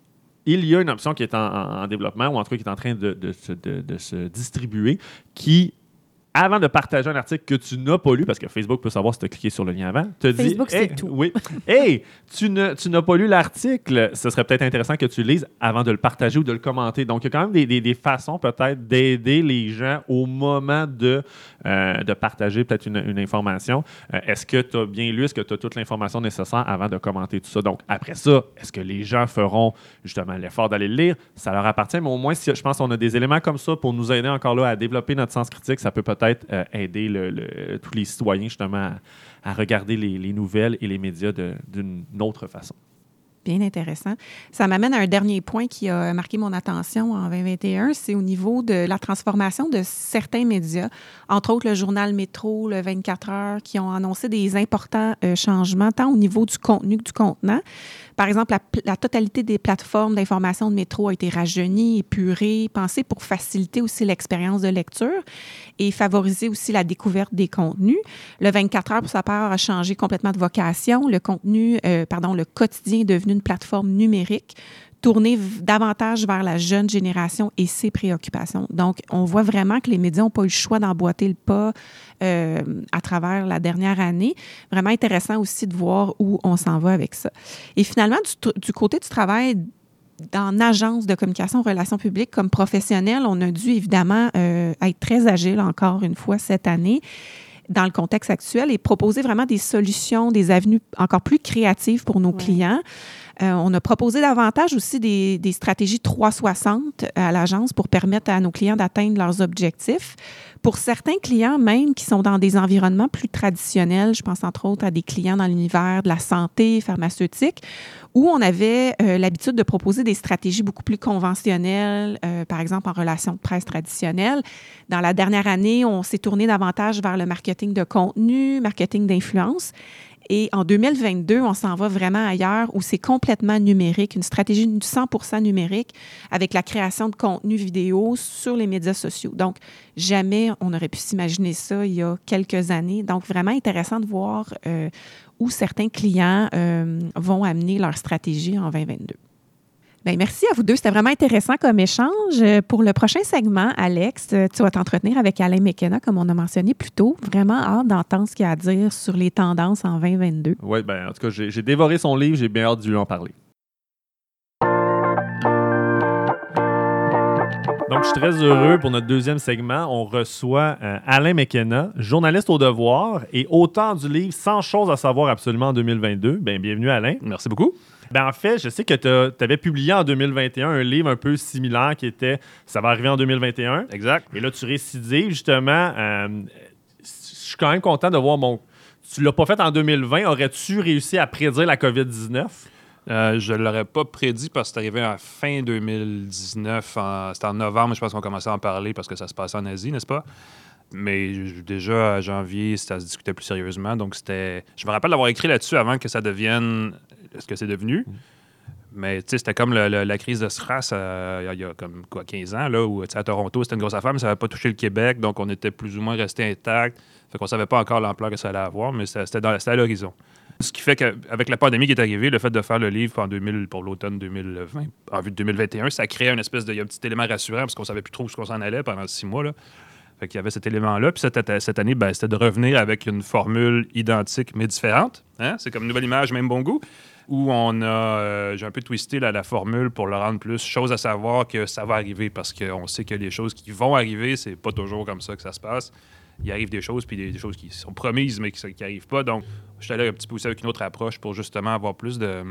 il y a une option qui est en, en, en développement, ou en tout cas qui est en train de, de, de, de, de se distribuer, qui avant de partager un article que tu n'as pas lu, parce que Facebook peut savoir si tu as cliqué sur le lien avant, te dit Facebook, hey, c'est tout. Oui, hey, tu, ne, tu n'as pas lu l'article, ce serait peut-être intéressant que tu le lises avant de le partager ou de le commenter. Donc, il y a quand même des, des, des façons peut-être d'aider les gens au moment de, euh, de partager peut-être une, une information. Euh, est-ce que tu as bien lu? Est-ce que tu as toute l'information nécessaire avant de commenter tout ça? Donc, après ça, est-ce que les gens feront justement l'effort d'aller le lire? Ça leur appartient, mais au moins, si, je pense qu'on a des éléments comme ça pour nous aider encore là à développer notre sens critique, ça peut peut-être peut-être euh, aider le, le, tous les citoyens justement à, à regarder les, les nouvelles et les médias de, d'une autre façon. Bien intéressant. Ça m'amène à un dernier point qui a marqué mon attention en vingt vingt et un, c'est au niveau de la transformation de certains médias, entre autres le journal Métro, le vingt-quatre heures, qui ont annoncé des importants euh, changements, tant au niveau du contenu que du contenant. Par exemple, la, la totalité des plateformes d'information de Métro a été rajeunie, épurée, pensée pour faciliter aussi l'expérience de lecture et favoriser aussi la découverte des contenus. Le vingt-quatre heures, pour sa part, a changé complètement de vocation. Le contenu, euh, pardon, le quotidien est devenu une plateforme numérique tournée v- davantage vers la jeune génération et ses préoccupations. Donc, on voit vraiment que les médias n'ont pas eu le choix d'emboîter le pas euh, à travers la dernière année. Vraiment intéressant aussi de voir où on s'en va avec ça. Et finalement, du, t- du côté du travail dans agence de communication, relations publiques, comme professionnels, on a dû évidemment euh, être très agile encore une fois cette année dans le contexte actuel et proposer vraiment des solutions, des avenues encore plus créatives pour nos ouais. clients. Euh, on a proposé davantage aussi des, des stratégies trois cent soixante à l'agence pour permettre à nos clients d'atteindre leurs objectifs. Pour certains clients même qui sont dans des environnements plus traditionnels, je pense entre autres à des clients dans l'univers de la santé pharmaceutique, où on avait euh, l'habitude de proposer des stratégies beaucoup plus conventionnelles, euh, par exemple en relations de presse traditionnelles. Dans la dernière année, on s'est tourné davantage vers le marketing de contenu, marketing d'influence. Et en deux mille vingt-deux, on s'en va vraiment ailleurs où c'est complètement numérique, une stratégie cent pour cent numérique avec la création de contenu vidéo sur les médias sociaux. Donc, jamais on aurait pu s'imaginer ça il y a quelques années. Donc, vraiment intéressant de voir euh, où certains clients euh, vont amener leur stratégie en vingt vingt-deux. Bien, merci à vous deux. C'était vraiment intéressant comme échange. Pour le prochain segment, Alex, tu vas t'entretenir avec Alain McKenna, comme on a mentionné plus tôt. Vraiment hâte d'entendre ce qu'il a à dire sur les tendances en vingt vingt-deux. Oui, bien, en tout cas, j'ai, j'ai dévoré son livre. J'ai bien hâte de lui en parler. Donc, je suis très heureux pour notre deuxième segment. On reçoit euh, Alain McKenna, journaliste au Devoir et auteur du livre « cent choses à savoir absolument en deux mille vingt-deux ». Bien, bienvenue, Alain. Merci beaucoup. Ben en fait, je sais que tu avais publié en deux mille vingt et un un livre un peu similaire qui était « Ça va arriver en deux mille vingt et un ». Exact. Et là, tu récidives, justement. Euh, je suis quand même content de voir mon... Tu l'as pas fait en deux mille vingt. Aurais-tu réussi à prédire la covid dix-neuf? Euh, je ne l'aurais pas prédit parce que c'est arrivé en fin deux mille dix-neuf. En... C'était en novembre, je pense qu'on commençait à en parler parce que ça se passait en Asie, n'est-ce pas? Mais déjà, à janvier, ça se discutait plus sérieusement. Donc, c'était... Je me rappelle d'avoir écrit là-dessus avant que ça devienne ce que c'est devenu. Mm. Mais, tu sais, c'était comme le, le, la crise de SRAS euh, il y a comme, quoi, quinze ans, là, où, à Toronto, c'était une grosse affaire, mais ça n'avait pas touché le Québec. Donc, on était plus ou moins resté intact. Fait qu'on ne savait pas encore l'ampleur que ça allait avoir, mais c'était, dans, c'était à l'horizon. Ce qui fait qu'avec la pandémie qui est arrivée, le fait de faire le livre en deux mille, pour l'automne deux mille vingt, en vue de deux mille vingt et un, ça créait une espèce de... Il y a un petit élément rassurant parce qu'on ne savait plus trop où on s'en allait pendant six mois, là. Fait qu'il y avait cet élément-là. Puis cette, cette année, ben, c'était de revenir avec une formule identique mais différente. Hein? C'est comme nouvelle image, même bon goût. Où on a, euh, j'ai un peu twisté là, la formule pour le rendre plus chose à savoir que ça va arriver parce qu'on sait que les choses qui vont arriver, c'est pas toujours comme ça que ça se passe. Il arrive des choses, puis des, des choses qui sont promises mais qui n'arrivent pas. Donc, je suis allé un petit peu aussi avec une autre approche pour justement avoir plus de...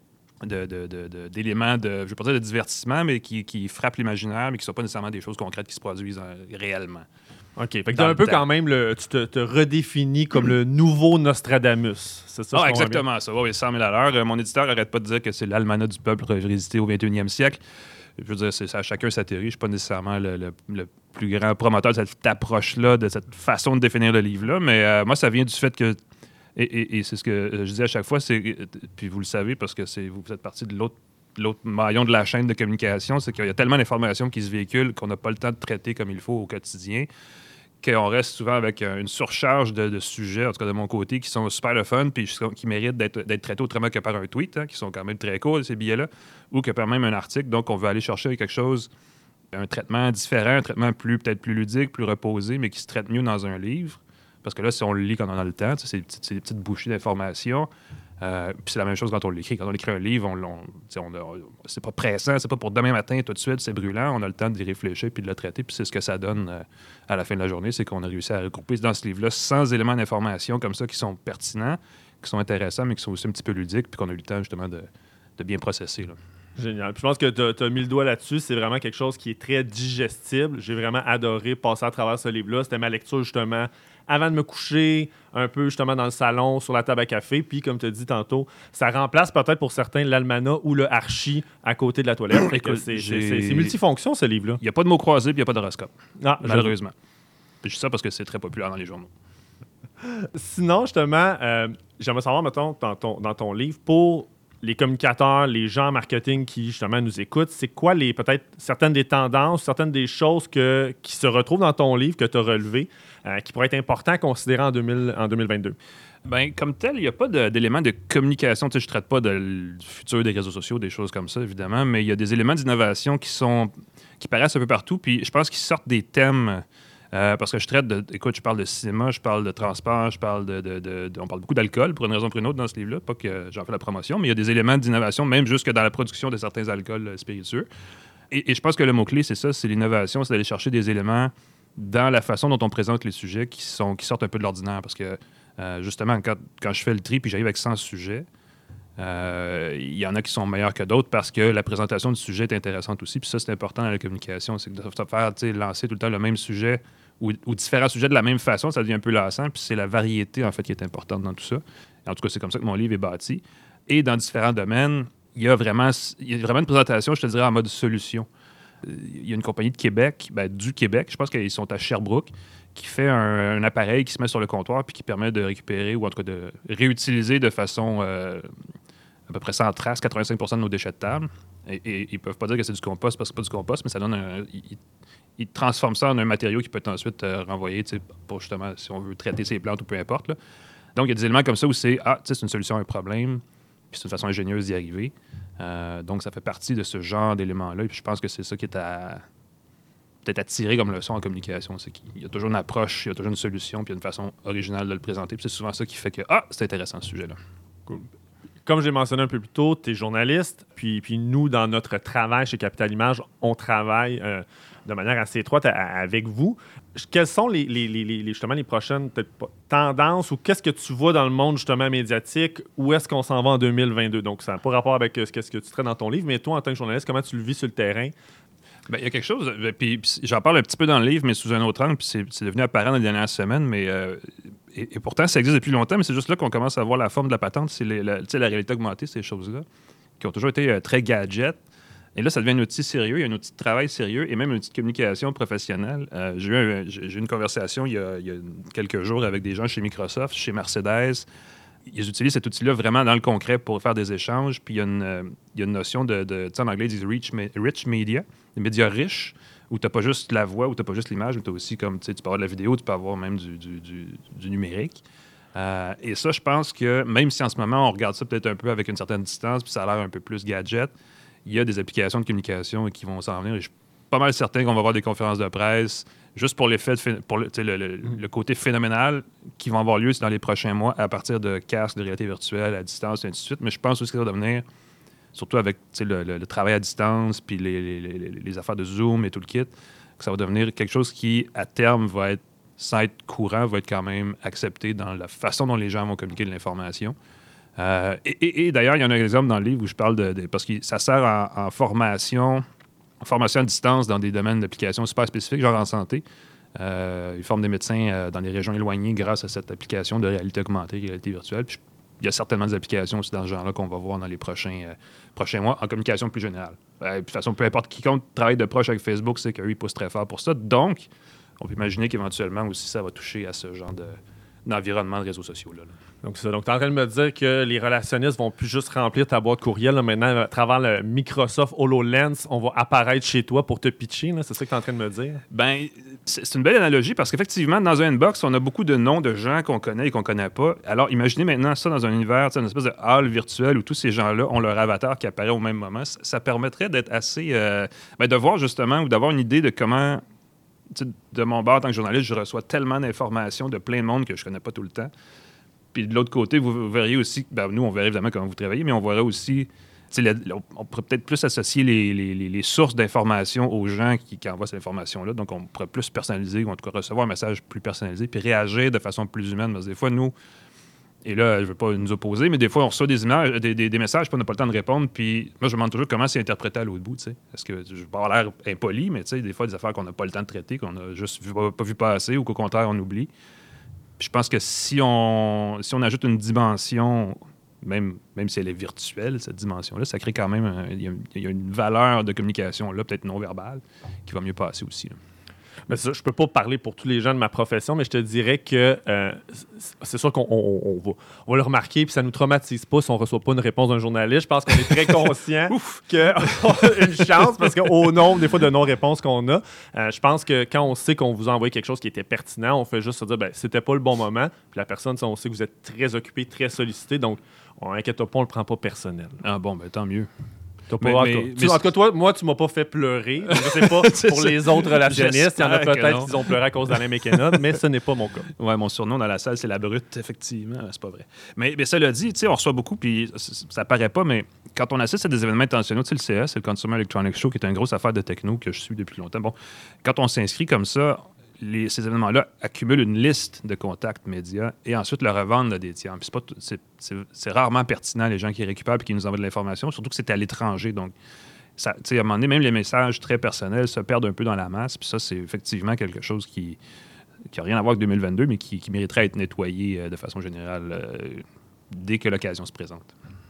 De, de, de, de, d'éléments de, je ne veux pas dire de divertissement, mais qui, qui frappent l'imaginaire, mais qui ne sont pas nécessairement des choses concrètes qui se produisent euh, réellement. OK. Fait que tu as un peu quand même, le, tu te, te redéfinis comme le nouveau Nostradamus. C'est ça? Ah, exactement ça. Oui, cent mille à l'heure. Euh, mon éditeur n'arrête pas de dire que c'est l'almanach du peuple résidé au vingt et unième siècle. Je veux dire, c'est, c'est à chacun sa théorie. Je ne suis pas nécessairement le, le, le plus grand promoteur de cette approche-là, de cette façon de définir le livre-là, mais euh, moi, ça vient du fait que Et, et, et c'est ce que je dis à chaque fois, c'est, puis vous le savez parce que c'est, vous faites partie de l'autre, l'autre maillon de la chaîne de communication, c'est qu'il y a tellement d'informations qui se véhiculent qu'on n'a pas le temps de traiter comme il faut au quotidien, qu'on reste souvent avec une surcharge de, de sujets, en tout cas de mon côté, qui sont super le fun, puis qui méritent d'être, d'être traités autrement que par un tweet, hein, qui sont quand même très courts, ces billets-là, ou que par même un article. Donc, on veut aller chercher quelque chose, un traitement différent, un traitement plus, peut-être plus ludique, plus reposé, mais qui se traite mieux dans un livre. Parce que là, si on le lit quand on a le temps, c'est des petites, c'est des petites bouchées d'informations. Euh, puis c'est la même chose quand on l'écrit. Quand on écrit un livre, on, on, on a, c'est pas pressant, c'est pas pour demain matin, tout de suite, c'est brûlant. On a le temps d'y réfléchir puis de le traiter. Puis c'est ce que ça donne euh, à la fin de la journée, c'est qu'on a réussi à regrouper dans ce livre-là cent éléments d'information comme ça qui sont pertinents, qui sont intéressants, mais qui sont aussi un petit peu ludiques, puis qu'on a eu le temps justement de, de bien processer, là. Génial. Puis je pense que tu as mis le doigt là-dessus. C'est vraiment quelque chose qui est très digestible. J'ai vraiment adoré passer à travers ce livre-là. C'était ma lecture, justement, avant de me coucher, un peu, justement, dans le salon, sur la table à café. Puis, comme tu as dit tantôt, ça remplace peut-être pour certains l'almanach ou le archi à côté de la toilette. Écoute, c'est, c'est, c'est, c'est multifonction, ce livre-là. Il n'y a pas de mots croisés puis il n'y a pas d'horoscope. Ah, malheureusement. Je dis ça parce que c'est très populaire dans les journaux. Sinon, justement, euh, j'aimerais savoir, mettons, dans ton, dans ton livre, pour les communicateurs, les gens en marketing qui, justement, nous écoutent, c'est quoi les peut-être certaines des tendances, certaines des choses que, qui se retrouvent dans ton livre que tu as relevé, euh, qui pourraient être importants à considérer en, deux mille, en deux mille vingt-deux? Bien, comme tel, il n'y a pas de, d'éléments de communication. Tu sais, je ne traite pas de, du futur des réseaux sociaux, des choses comme ça, évidemment, mais il y a des éléments d'innovation qui sont qui paraissent un peu partout, puis je pense qu'ils sortent des thèmes Euh, parce que je traite de... Écoute, je parle de cinéma, je parle de transport, je parle de... de, de, de on parle beaucoup d'alcool, pour une raison ou pour une autre, dans ce livre-là. Pas que j'en fais la promotion, mais il y a des éléments d'innovation, même jusque dans la production de certains alcools euh, spiritueux. Et, et je pense que le mot-clé, c'est ça, c'est l'innovation, c'est d'aller chercher des éléments dans la façon dont on présente les sujets qui, sont, qui sortent un peu de l'ordinaire. Parce que, euh, justement, quand, quand je fais le tri puis j'arrive avec cent sujets, euh, il y en a qui sont meilleurs que d'autres parce que la présentation du sujet est intéressante aussi. Puis ça, c'est important dans la communication. C'est que de faire, tu sais, lancer tout le temps le même sujet ou, ou différents sujets de la même façon, ça devient un peu lassant. Puis c'est la variété, en fait, qui est importante dans tout ça. Et en tout cas, c'est comme ça que mon livre est bâti. Et dans différents domaines, il y a vraiment, il y a vraiment une présentation, je te dirais, en mode solution. Il y a une compagnie de Québec, ben, du Québec, je pense qu'ils sont à Sherbrooke, qui fait un, un appareil qui se met sur le comptoir puis qui permet de récupérer ou en tout cas de réutiliser de façon euh, à peu près sans trace quatre-vingt-cinq pour cent de nos déchets de table. Et, et ils ne peuvent pas dire que c'est du compost parce que c'est pas du compost, mais ça donne un... Ils, ils transforment ça en un matériau qui peut être ensuite euh, renvoyé pour justement, si on veut traiter ses plantes ou peu importe. Là. Donc, il y a des éléments comme ça où c'est, ah, tu sais, c'est une solution à un problème, puis c'est une façon ingénieuse d'y arriver. Euh, donc, ça fait partie de ce genre d'éléments-là. Et puis, je pense que c'est ça qui est à peut-être à tirer comme leçon en communication. C'est qu'il y a toujours une approche, il y a toujours une solution, puis il y a une façon originale de le présenter. Puis c'est souvent ça qui fait que, ah, c'est intéressant ce sujet-là. Cool. Comme j'ai mentionné un peu plus tôt, tu es journaliste, puis, puis nous, dans notre travail chez Capital Image, on travaille euh, de manière assez étroite à, à, avec vous. Quelles sont les, les, les, les, justement les prochaines pas, tendances ou qu'est-ce que tu vois dans le monde justement médiatique? Où est-ce qu'on s'en va en deux mille vingt-deux? Donc, ça n'a pas rapport avec euh, ce que tu traites dans ton livre, mais toi, en tant que journaliste, comment tu le vis sur le terrain? Bien, il y a quelque chose, puis, puis j'en parle un petit peu dans le livre, mais sous un autre angle, puis c'est, c'est devenu apparent dans les dernières semaines, mais euh, et, et pourtant, ça existe depuis longtemps, mais c'est juste là qu'on commence à voir la forme de la patente, c'est les, la, la réalité augmentée, ces choses-là, qui ont toujours été euh, très gadget. Et là, ça devient un outil sérieux, il y a un outil de travail sérieux et même un outil de communication professionnelle. Euh, j'ai, eu un, j'ai eu une conversation il y, a, il y a quelques jours avec des gens chez Microsoft, chez Mercedes. Ils utilisent cet outil-là vraiment dans le concret pour faire des échanges. Puis il y a une, euh, il y a une notion de, de tu sais, en anglais, ils disent rich, rich media, des médias riches, où tu n'as pas juste la voix, où tu n'as pas juste l'image, mais tu as aussi, comme tu sais, tu peux avoir de la vidéo, tu peux avoir même du, du, du, du numérique. Euh, et ça, je pense que même si en ce moment, on regarde ça peut-être un peu avec une certaine distance, puis ça a l'air un peu plus gadget, il y a des applications de communication qui vont s'en venir. Et je suis pas mal certain qu'on va avoir des conférences de presse juste pour l'effet, de, pour le, le, le, le côté phénoménal qui vont avoir lieu dans les prochains mois à partir de casques de réalité virtuelle à distance et ainsi de suite. Mais je pense aussi que ça va devenir, surtout avec le, le, le travail à distance puis les, les, les, les affaires de Zoom et tout le kit, que ça va devenir quelque chose qui, à terme, va être, sans être courant, va être quand même accepté dans la façon dont les gens vont communiquer de l'information. Euh, et, et, et d'ailleurs, il y en a un exemple dans le livre où je parle de... de parce que ça sert en, en formation... formation à distance dans des domaines d'application super spécifiques, genre en santé. Euh, ils forment des médecins euh, dans des régions éloignées grâce à cette application de réalité augmentée, réalité virtuelle. Puis, il y a certainement des applications aussi dans ce genre-là qu'on va voir dans les prochains, euh, prochains mois en communication plus générale. Euh, de toute façon, peu importe quiconque travaille de proche avec Facebook, c'est qu'eux, ils poussent très fort pour ça. Donc, on peut imaginer qu'éventuellement aussi, ça va toucher à ce genre de... d'environnement de réseaux sociaux. Là, là. Donc, c'est ça. Donc, tu es en train de me dire que les relationnistes vont plus juste remplir ta boîte courriel. Là, maintenant, à travers le Microsoft HoloLens, on va apparaître chez toi pour te pitcher. Là. C'est ça que tu es en train de me dire? Bien, c'est une belle analogie parce qu'effectivement, dans un inbox, on a beaucoup de noms de gens qu'on connaît et qu'on ne connaît pas. Alors, imaginez maintenant ça dans un univers, une espèce de hall virtuel où tous ces gens-là ont leur avatar qui apparaît au même moment. Ça, ça permettrait d'être assez... Euh, bien, de voir justement ou d'avoir une idée de comment... De mon bord, en tant que journaliste, je reçois tellement d'informations de plein de monde que je ne connais pas tout le temps. Puis de l'autre côté, vous, vous verriez aussi, ben, nous, on verrait évidemment comment vous travaillez, mais on verrait aussi, la, on pourrait peut-être plus associer les, les, les sources d'informations aux gens qui, qui envoient cette information-là. Donc, on pourrait plus personnaliser, ou en tout cas recevoir un message plus personnalisé, puis réagir de façon plus humaine. Parce que des fois, nous, et là, je ne veux pas nous opposer, mais des fois, on reçoit des images, des, des, des messages, puis on n'a pas le temps de répondre. Puis moi, je me demande toujours comment c'est interprété à l'autre bout. T'sais. Est-ce que je vais avoir l'air impoli, mais des fois, des affaires qu'on n'a pas le temps de traiter, qu'on n'a juste vu, pas, pas vu passer ou qu'au contraire, on oublie. Puis je pense que si on, si on ajoute une dimension, même, même si elle est virtuelle, cette dimension-là, ça crée quand même il y, y a une valeur de communication, là, peut-être non verbale, qui va mieux passer aussi. Là. Mais ça, je peux pas parler pour tous les gens de ma profession, mais je te dirais que euh, c'est sûr qu'on on, on va, on va le remarquer, puis ça nous traumatise pas si on reçoit pas une réponse d'un journaliste. Je pense qu'on est très conscient qu'on a une chance, parce qu'au nombre des fois de non-réponses qu'on a, euh, je pense que quand on sait qu'on vous a envoyé quelque chose qui était pertinent, on fait juste se dire, ben c'était pas le bon moment, puis la personne, on sait que vous êtes très occupé, très sollicité, donc on inquiète pas, on le prend pas personnel. Ah bon, ben tant mieux. T'as pas, Mais- en, mais- tout cas, mais tu- en tout cas, toi, moi, tu m'as pas fait pleurer. Je sais pas C'est pour ça. les autres relationnistes. Il y en a J'espère que peut-être non. qui ont pleuré à cause d'Alain McKenna, mais ce n'est pas mon cas. Ouais, mon surnom dans la salle, c'est la brute, effectivement. C'est pas vrai. Mais, mais ça l'a dit, tu sais, on reçoit beaucoup, puis ça, ça paraît pas, mais quand on assiste à des événements internationaux, tu sais, le C E S, c'est le Consumer Electronics Show, qui est une grosse affaire de techno que je suis depuis longtemps. Bon, quand on s'inscrit comme ça, les, ces événements-là accumulent une liste de contacts médias et ensuite le revendent à des tiers. Puis c'est, pas tout- c'est, c'est, c'est rarement pertinent, les gens qui récupèrent et qui nous envoient de l'information, surtout que c'est à l'étranger. Donc, ça, tu sais, à un moment donné, même les messages très personnels se perdent un peu dans la masse. Puis ça, c'est effectivement quelque chose qui qui n'a rien à voir avec deux mille vingt-deux, mais qui, qui mériterait à être nettoyé euh, de façon générale euh, dès que l'occasion se présente.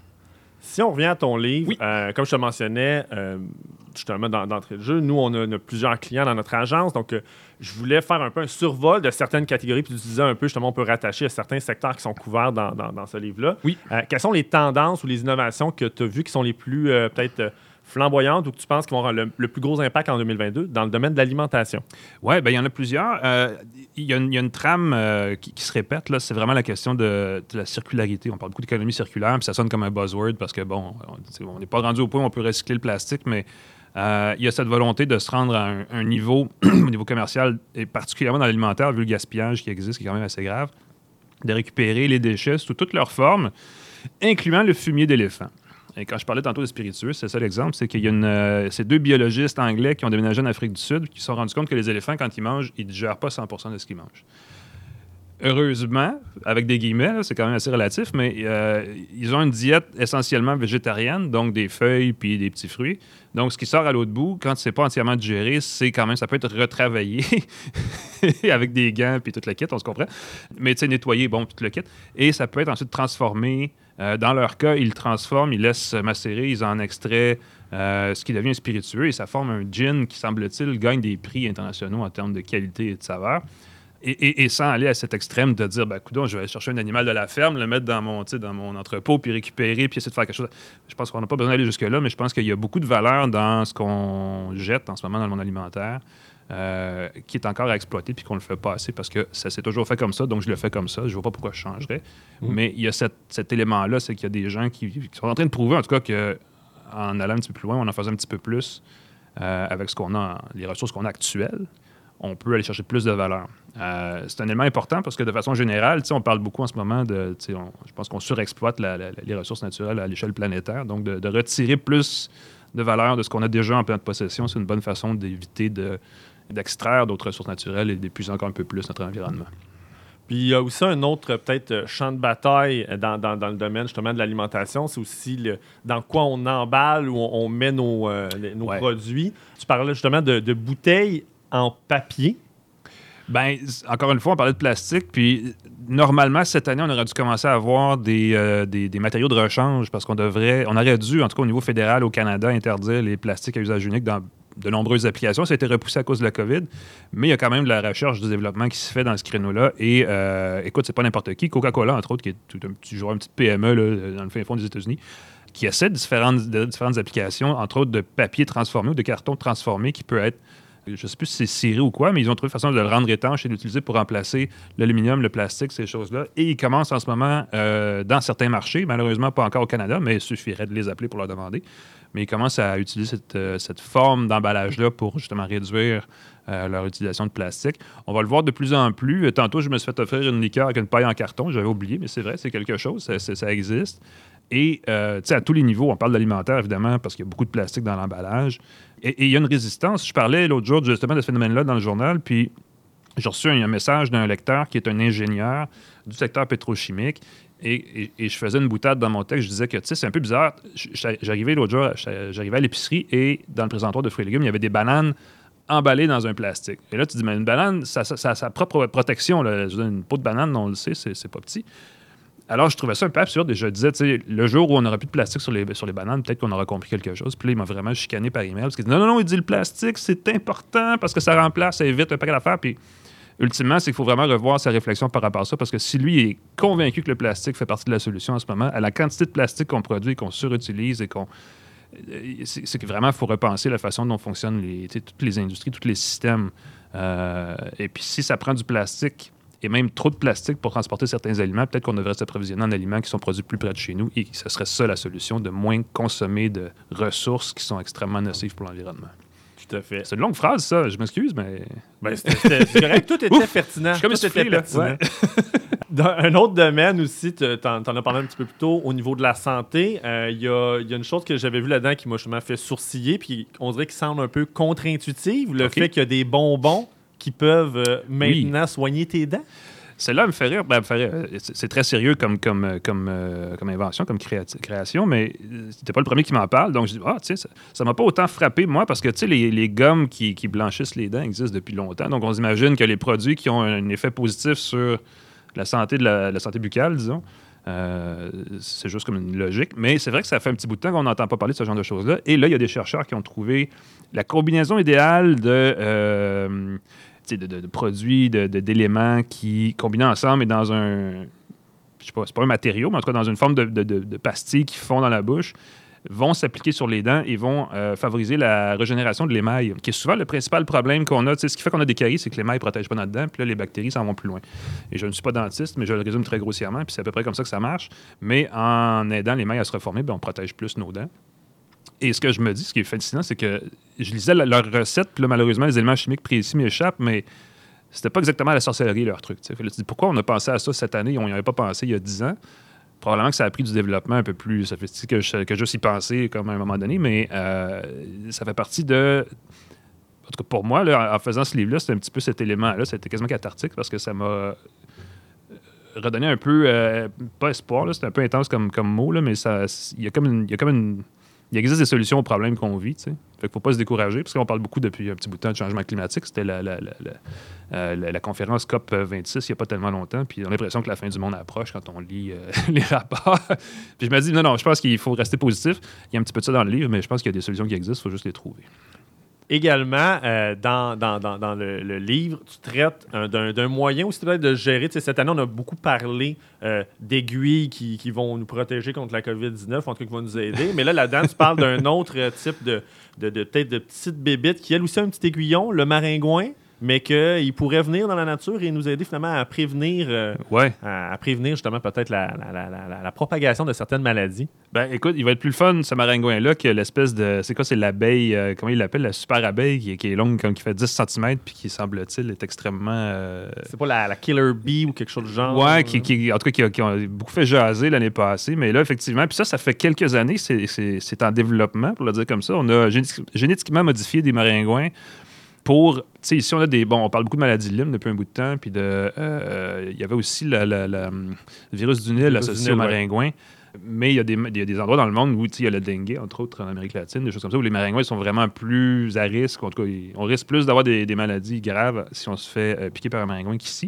Si on revient à ton livre, Oui. euh, comme je te mentionnais, euh, justement dans, d'entrée de jeu, nous, on a, on a plusieurs clients dans notre agence, donc euh, je voulais faire un peu un survol de certaines catégories, puis tu disais un peu, justement, on peut rattacher à certains secteurs qui sont couverts dans, dans, dans ce livre-là. Oui. Euh, quelles sont les tendances ou les innovations que tu as vues qui sont les plus, euh, peut-être, euh, flamboyantes ou que tu penses qui vont avoir le, le plus gros impact en deux mille vingt-deux dans le domaine de l'alimentation? Oui, bien, il y en a plusieurs. Euh, Il y, a une- il y a une trame euh, qui, qui se répète, là, c'est vraiment la question de, de la circularité. On parle beaucoup d'économie circulaire, puis ça sonne comme un buzzword parce que, bon, on- on n'est pas rendu au point où on peut recycler le plastique, mais euh, il y a cette volonté de se rendre à un, un niveau, au niveau commercial, et particulièrement dans l'alimentaire, vu le gaspillage qui existe, qui est quand même assez grave, de récupérer les déchets sous toutes leurs formes, incluant le fumier d'éléphant. Et quand je parlais tantôt de spiritueux, c'est ça l'exemple, c'est qu'il y a une, euh, ces deux biologistes anglais qui ont déménagé en Afrique du Sud qui se sont rendus compte que les éléphants, quand ils mangent, ils ne digèrent pas cent pour cent de ce qu'ils mangent. Heureusement, avec des guillemets, là, c'est quand même assez relatif, mais euh, ils ont une diète essentiellement végétarienne, donc des feuilles puis des petits fruits. Donc, ce qui sort à l'autre bout, quand c'est pas entièrement digéré, c'est quand même, ça peut être retravaillé avec des gants puis tout le kit, on se comprend. Mais tu sais, nettoyé, bon, tout le kit. Et ça peut être ensuite transformé. Euh, dans leur cas, ils le transforment, ils laissent macérer, ils en extraient euh, ce qui devient spiritueux et ça forme un gin qui, semble-t-il, gagne des prix internationaux en termes de qualité et de saveur. Et, et, et sans aller à cet extrême de dire, ben, coudonc, je vais chercher un animal de la ferme, le mettre dans mon, tu sais, dans mon entrepôt, puis récupérer, puis essayer de faire quelque chose. Je pense qu'on n'a pas besoin d'aller jusque-là, mais je pense qu'il y a beaucoup de valeur dans ce qu'on jette en ce moment dans le monde alimentaire, euh, qui est encore à exploiter, puis qu'on ne le fait pas assez parce que ça s'est toujours fait comme ça, donc je le fais comme ça. Je ne vois pas pourquoi je changerais. Mmh. Mais il y a cette, cet élément-là, c'est qu'il y a des gens qui, qui sont en train de prouver, en tout cas, qu'en allant un petit peu plus loin, on en faisait un petit peu plus euh, avec ce qu'on a, les ressources qu'on a actuelles, on peut aller chercher plus de valeur. Euh, c'est un élément important parce que de façon générale, on parle beaucoup en ce moment de, on, je pense qu'on surexploite la, la, les ressources naturelles à l'échelle planétaire. Donc, de, de retirer plus de valeur de ce qu'on a déjà en pleine possession, c'est une bonne façon d'éviter de, d'extraire d'autres ressources naturelles et d'épuiser encore un peu plus notre environnement. Puis il y a aussi un autre, peut-être, champ de bataille dans, dans, dans le domaine, justement, de l'alimentation. C'est aussi le, dans quoi on emballe ou on, on met nos, euh, les, nos Ouais. produits. Tu parlais justement de, de bouteilles en papier. Bien, encore une fois, on parlait de plastique, puis normalement, cette année, on aurait dû commencer à avoir des, euh, des, des matériaux de rechange parce qu'on devrait, on aurait dû, en tout cas au niveau fédéral au Canada, interdire les plastiques à usage unique dans de nombreuses applications. Ça a été repoussé à cause de la COVID, mais il y a quand même de la recherche, du développement qui se fait dans ce créneau-là. Et euh, écoute, c'est pas n'importe qui. Coca-Cola, entre autres, qui est tout un petit joueur, une petite P M E là, dans le fin fond des États-Unis, qui essaie de différentes, de différentes applications, entre autres de papier transformé ou de carton transformé qui peut être, je ne sais plus si c'est ciré ou quoi, mais ils ont trouvé une façon de le rendre étanche et de l'utiliser pour remplacer l'aluminium, le plastique, ces choses-là. Et ils commencent en ce moment euh, dans certains marchés, malheureusement pas encore au Canada, mais il suffirait de les appeler pour leur demander. Mais ils commencent à utiliser cette, euh, cette forme d'emballage-là pour justement réduire euh, leur utilisation de plastique. On va le voir de plus en plus. Tantôt, je me suis fait offrir une liqueur avec une paille en carton. J'avais oublié, mais c'est vrai, c'est quelque chose. Ça, ça, ça existe. Et, euh, tu sais, à tous les niveaux, on parle d'alimentaire, évidemment, parce qu'il y a beaucoup de plastique dans l'emballage. Et il y a une résistance. Je parlais l'autre jour, justement, de ce phénomène-là dans le journal, puis j'ai reçu un, un message d'un lecteur qui est un ingénieur du secteur pétrochimique. Et, et, et je faisais une boutade dans mon texte. Je disais que, tu sais, c'est un peu bizarre. J'arrivais l'autre jour, j'arrivais à l'épicerie et dans le présentoir de fruits et légumes, il y avait des bananes emballées dans un plastique. Et là, tu dis, mais une banane, ça, ça, ça a sa propre protection. Là. Je veux dire, une peau de banane, on le sait, c'est, c'est pas petit. Alors, je trouvais ça un peu absurde et je disais, tu sais, le jour où on n'aura plus de plastique sur les, sur les bananes, peut-être qu'on aura compris quelque chose. Puis là, il m'a vraiment chicané par email parce qu'il dit, non, non, non, il dit le plastique, c'est important parce que ça remplace, ça évite un paquet d'affaires. Puis, ultimement, c'est qu'il faut vraiment revoir sa réflexion par rapport à ça parce que si lui est convaincu que le plastique fait partie de la solution en ce moment, à la quantité de plastique qu'on produit et qu'on surutilise et qu'on. C'est, c'est que vraiment, il faut repenser la façon dont fonctionnent les, toutes les industries, tous les systèmes. Euh, et puis, si ça prend du plastique et même trop de plastique pour transporter certains aliments. Peut-être qu'on devrait s'approvisionner en aliments qui sont produits plus près de chez nous et ce serait ça la solution, de moins consommer de ressources qui sont extrêmement nocives pour l'environnement. Tout à fait. C'est une longue phrase, ça. Je m'excuse, mais... Ben, c'était, c'était, c'est correct. Tout était Ouf! pertinent. Je suis comme Tout essoufflé, était là. pertinent. Ouais. Dans un autre domaine aussi, tu en, en as parlé un petit peu plus tôt, au niveau de la santé, il euh, y, a, y a une chose que j'avais vue là-dedans qui m'a justement fait sourciller, puis on dirait qu'il semble un peu contre-intuitive, le okay. fait qu'il y a des bonbons qui peuvent euh, maintenant oui. soigner tes dents. Celle-là me fait rire. Ben, me fait rire. C'est très sérieux comme, comme, comme, euh, comme invention, comme créati- création, mais c'était pas le premier qui m'en parle. Donc, je dis, ah, tu sais, ça, ça m'a pas autant frappé, moi, parce que, tu sais, les, les gommes qui, qui blanchissent les dents existent depuis longtemps. Donc, on s'imagine que les produits qui ont un effet positif sur la santé de la, la santé buccale, disons, euh, c'est juste comme une logique. Mais c'est vrai que ça fait un petit bout de temps qu'on n'entend pas parler de ce genre de choses-là. Et là, il y a des chercheurs qui ont trouvé la combinaison idéale de... Euh, De, de, de produits, de, de, d'éléments qui, combinés ensemble et dans un... Je sais pas, c'est pas un matériau, mais en tout cas dans une forme de, de, de, de pastilles qui font dans la bouche, vont s'appliquer sur les dents et vont euh, favoriser la régénération de l'émail, qui est souvent le principal problème qu'on a. Tu sais, ce qui fait qu'on a des caries, c'est que l'émail ne protège pas notre dent, puis là, les bactéries s'en vont plus loin. Et je ne suis pas dentiste, mais je le résume très grossièrement, puis c'est à peu près comme ça que ça marche. Mais en aidant l'émail à se reformer, bien, on protège plus nos dents. Et ce que je me dis, ce qui est fascinant, c'est que je lisais la, leur recette, puis là, malheureusement, les éléments chimiques précis m'échappent, mais c'était pas exactement la sorcellerie, leur truc. Là, tu dis, pourquoi on a pensé à ça cette année et on n'y avait pas pensé il y a dix ans? Probablement que ça a pris du développement un peu plus sophistiqué que, je, que juste y penser comme à un moment donné, mais euh, ça fait partie de... En tout cas, pour moi, là, en faisant ce livre-là, c'était un petit peu cet élément-là. C'était quasiment cathartique parce que ça m'a redonné un peu... Euh, pas espoir, là, c'était un peu intense comme, comme mot, là, mais il y a comme une... Y a comme une Il existe des solutions aux problèmes qu'on vit, tu sais. Fait qu'il ne faut pas se décourager, parce qu'on parle beaucoup depuis un petit bout de temps de changement climatique. C'était la, la, la, la, euh, la, la conférence C O P vingt-six il n'y a pas tellement longtemps, puis on a l'impression que la fin du monde approche quand on lit euh, les rapports. Puis je me dis, non, non, je pense qu'il faut rester positif. Il y a un petit peu de ça dans le livre, mais je pense qu'il y a des solutions qui existent, il faut juste les trouver. Également, euh, dans, dans, dans, dans le, le livre, tu traites euh, d'un, d'un moyen aussi peut-être de gérer. Tu sais, cette année, on a beaucoup parlé euh, d'aiguilles qui, qui vont nous protéger contre la covid dix-neuf, en tout cas qui vont nous aider. Mais là, là-dedans, tu parles d'un autre type de, de, de, peut-être de petite bébite qui, elle aussi, a un petit aiguillon, le maringouin, mais qu'il pourrait venir dans la nature et nous aider finalement à prévenir, euh, ouais. à, à prévenir justement peut-être la, la, la, la, la propagation de certaines maladies. Ben écoute, il va être plus le fun, ce maringouin-là, que l'espèce de... C'est quoi, c'est l'abeille, euh, comment il l'appelle, la super abeille, qui, qui est longue, comme qui fait dix centimètres, puis qui, semble-t-il, est extrêmement... Euh... C'est pas la, la killer bee ou quelque chose du genre? Ouais, qui, qui, en tout cas, qui a, qui a beaucoup fait jaser l'année passée, mais là, effectivement, puis ça, ça fait quelques années, c'est, c'est, c'est en développement, pour le dire comme ça. On a généti- génétiquement modifié des maringouins pour, tu sais, ici, on a des... Bon, on parle beaucoup de maladie de Lyme depuis un bout de temps, puis de... Il euh, y avait aussi la, la, la, le virus du Nil associé au maringouin. Ouais. Mais il y, a des, il y a des endroits dans le monde où il y a le dengue, entre autres en Amérique latine, des choses comme ça, où les maringouins sont vraiment plus à risque. En tout cas, on risque plus d'avoir des, des maladies graves si on se fait euh, piquer par un maringouin qu'ici.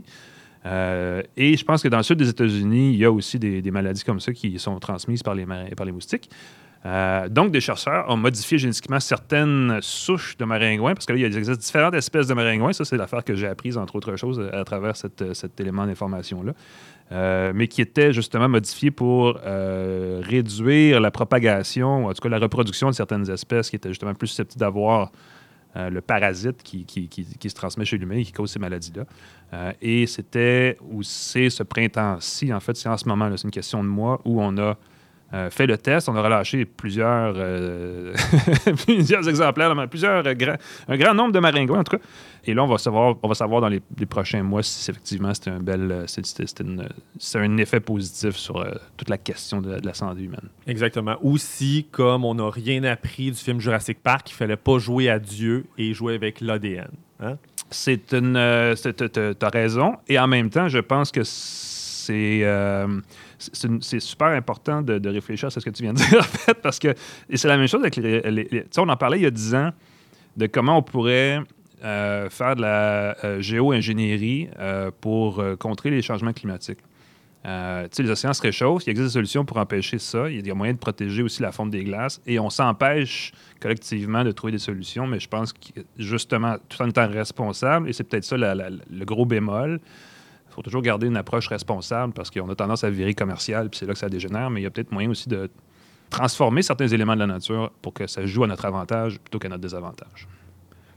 Euh, et je pense que dans le sud des États-Unis, il y a aussi des, des maladies comme ça qui sont transmises par les, mar- par les moustiques. Euh, donc, des chercheurs ont modifié génétiquement certaines souches de maringouins, parce que là, il existe différentes espèces de maringouins. Ça, c'est l'affaire que j'ai apprise, entre autres choses, à travers cette, cet élément d'information-là. Euh, mais qui étaient justement modifiés pour euh, réduire la propagation, ou en tout cas la reproduction de certaines espèces qui étaient justement plus susceptibles d'avoir euh, le parasite qui, qui, qui, qui se transmet chez l'humain et qui cause ces maladies-là. Euh, et c'était, ou c'est ce printemps-ci, en fait, c'est en ce moment, là, c'est une question de mois, où on a Euh, fait le test, on a relâché plusieurs, euh, plusieurs exemplaires, plusieurs, euh, grands, un grand nombre de maringouins en tout cas. Et là, on va savoir, on va savoir dans les, les prochains mois si effectivement c'était un bel, c'est, c'est, c'est une, c'est un effet positif sur euh, toute la question de, de la santé humaine. Exactement. Aussi, comme on n'a rien appris du film Jurassic Park, il ne fallait pas jouer à Dieu et jouer avec l'A D N. Hein? C'est une, euh, c'est, t'as, t'as raison. Et en même temps, je pense que c'est euh, C'est, une, c'est super important de, de réfléchir à ce que tu viens de dire, en fait, parce que et c'est la même chose avec les... les, les tu sais, on en parlait il y a dix ans de comment on pourrait euh, faire de la euh, géo-ingénierie euh, pour euh, contrer les changements climatiques. Euh, tu sais, les océans se réchauffent, il existe des solutions pour empêcher ça, il y a moyen de protéger aussi la fonte des glaces, et on s'empêche collectivement de trouver des solutions, mais je pense que, justement, tout en étant responsable, et c'est peut-être ça la, la, le gros bémol, il faut toujours garder une approche responsable parce qu'on a tendance à virer commercial, puis c'est là que ça dégénère, mais il y a peut-être moyen aussi de transformer certains éléments de la nature pour que ça joue à notre avantage plutôt qu'à notre désavantage.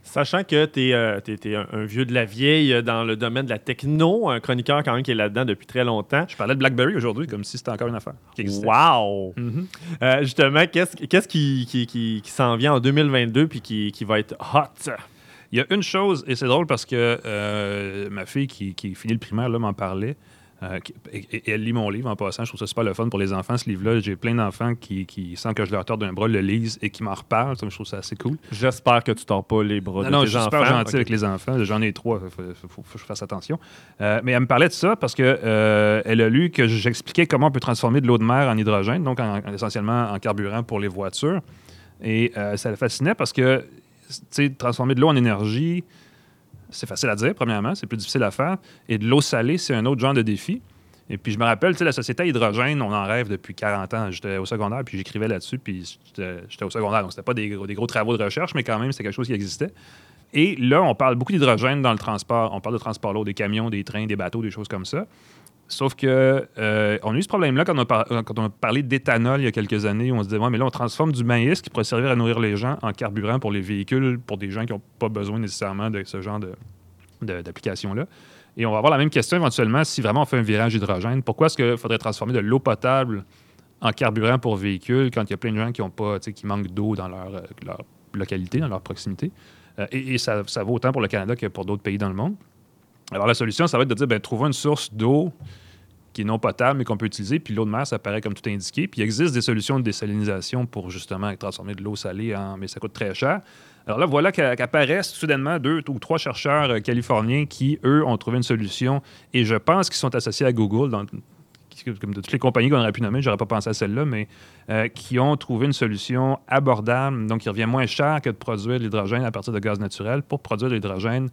Sachant que tu es, euh, un, un vieux de la vieille dans le domaine de la techno, un chroniqueur quand même qui est là-dedans depuis très longtemps. Je parlais de BlackBerry aujourd'hui comme si c'était encore une affaire qui existait. Wow! Mm-hmm. Euh, justement, qu'est-ce, qu'est-ce qui, qui, qui, qui s'en vient en deux mille vingt-deux puis qui, qui va être hot? Il y a une chose, et c'est drôle parce que euh, ma fille qui, qui finit le primaire là, m'en parlait. Euh, et, et elle lit mon livre en passant. Je trouve ça super le fun pour les enfants, ce livre-là. J'ai plein d'enfants qui, qui, sans que je leur torde un bras, le lisent et qui m'en reparlent. Je trouve ça assez cool. J'espère que tu tords pas les bras non, de non, tes je suis enfants. super gentil okay. avec les enfants. J'en ai trois. Il faut, faut, faut, faut que je fasse attention. Euh, mais elle me parlait de ça parce qu'elle euh, a lu que j'expliquais comment on peut transformer de l'eau de mer en hydrogène, donc en, essentiellement en carburant pour les voitures. Et euh, ça la fascinait parce que, tu sais, transformer de l'eau en énergie, c'est facile à dire, premièrement. C'est plus difficile à faire. Et de l'eau salée, c'est un autre genre de défi. Et puis, je me rappelle, tu sais, la société à hydrogène, on en rêve depuis quarante ans. J'étais au secondaire, puis j'écrivais là-dessus, puis j'étais, j'étais au secondaire. Donc, c'était pas des, des gros travaux de recherche, mais quand même, c'est quelque chose qui existait. Et là, on parle beaucoup d'hydrogène dans le transport. On parle de transport lourd, des camions, des trains, des bateaux, des choses comme ça. Sauf que euh, on a eu ce problème-là quand on a, par- quand on a parlé d'éthanol il y a quelques années, où on se disait, ouais, mais là, on transforme du maïs qui pourrait servir à nourrir les gens en carburant pour les véhicules, pour des gens qui n'ont pas besoin nécessairement de ce genre de, de, d'application-là. Et on va avoir la même question éventuellement si vraiment on fait un virage hydrogène. Pourquoi est-ce qu'il faudrait transformer de l'eau potable en carburant pour véhicules quand il y a plein de gens qui ont pas, qui manquent d'eau dans leur, leur localité, dans leur proximité? Euh, et et ça, ça vaut autant pour le Canada que pour d'autres pays dans le monde. Alors la solution, ça va être de dire, bien, trouvons une source d'eau qui est non potable mais qu'on peut utiliser. Puis l'eau de mer, ça paraît comme tout indiqué. Puis il existe des solutions de désalinisation pour justement transformer de l'eau salée en... Mais ça coûte très cher. Alors là, voilà qu'apparaissent soudainement deux ou trois chercheurs euh, californiens qui, eux, ont trouvé une solution. Et je pense qu'ils sont associés à Google, dans, comme de toutes les compagnies qu'on aurait pu nommer, je n'aurais pas pensé à celle-là, mais euh, qui ont trouvé une solution abordable, donc qui revient moins cher que de produire de l'hydrogène à partir de gaz naturel pour produire de l'hydrogène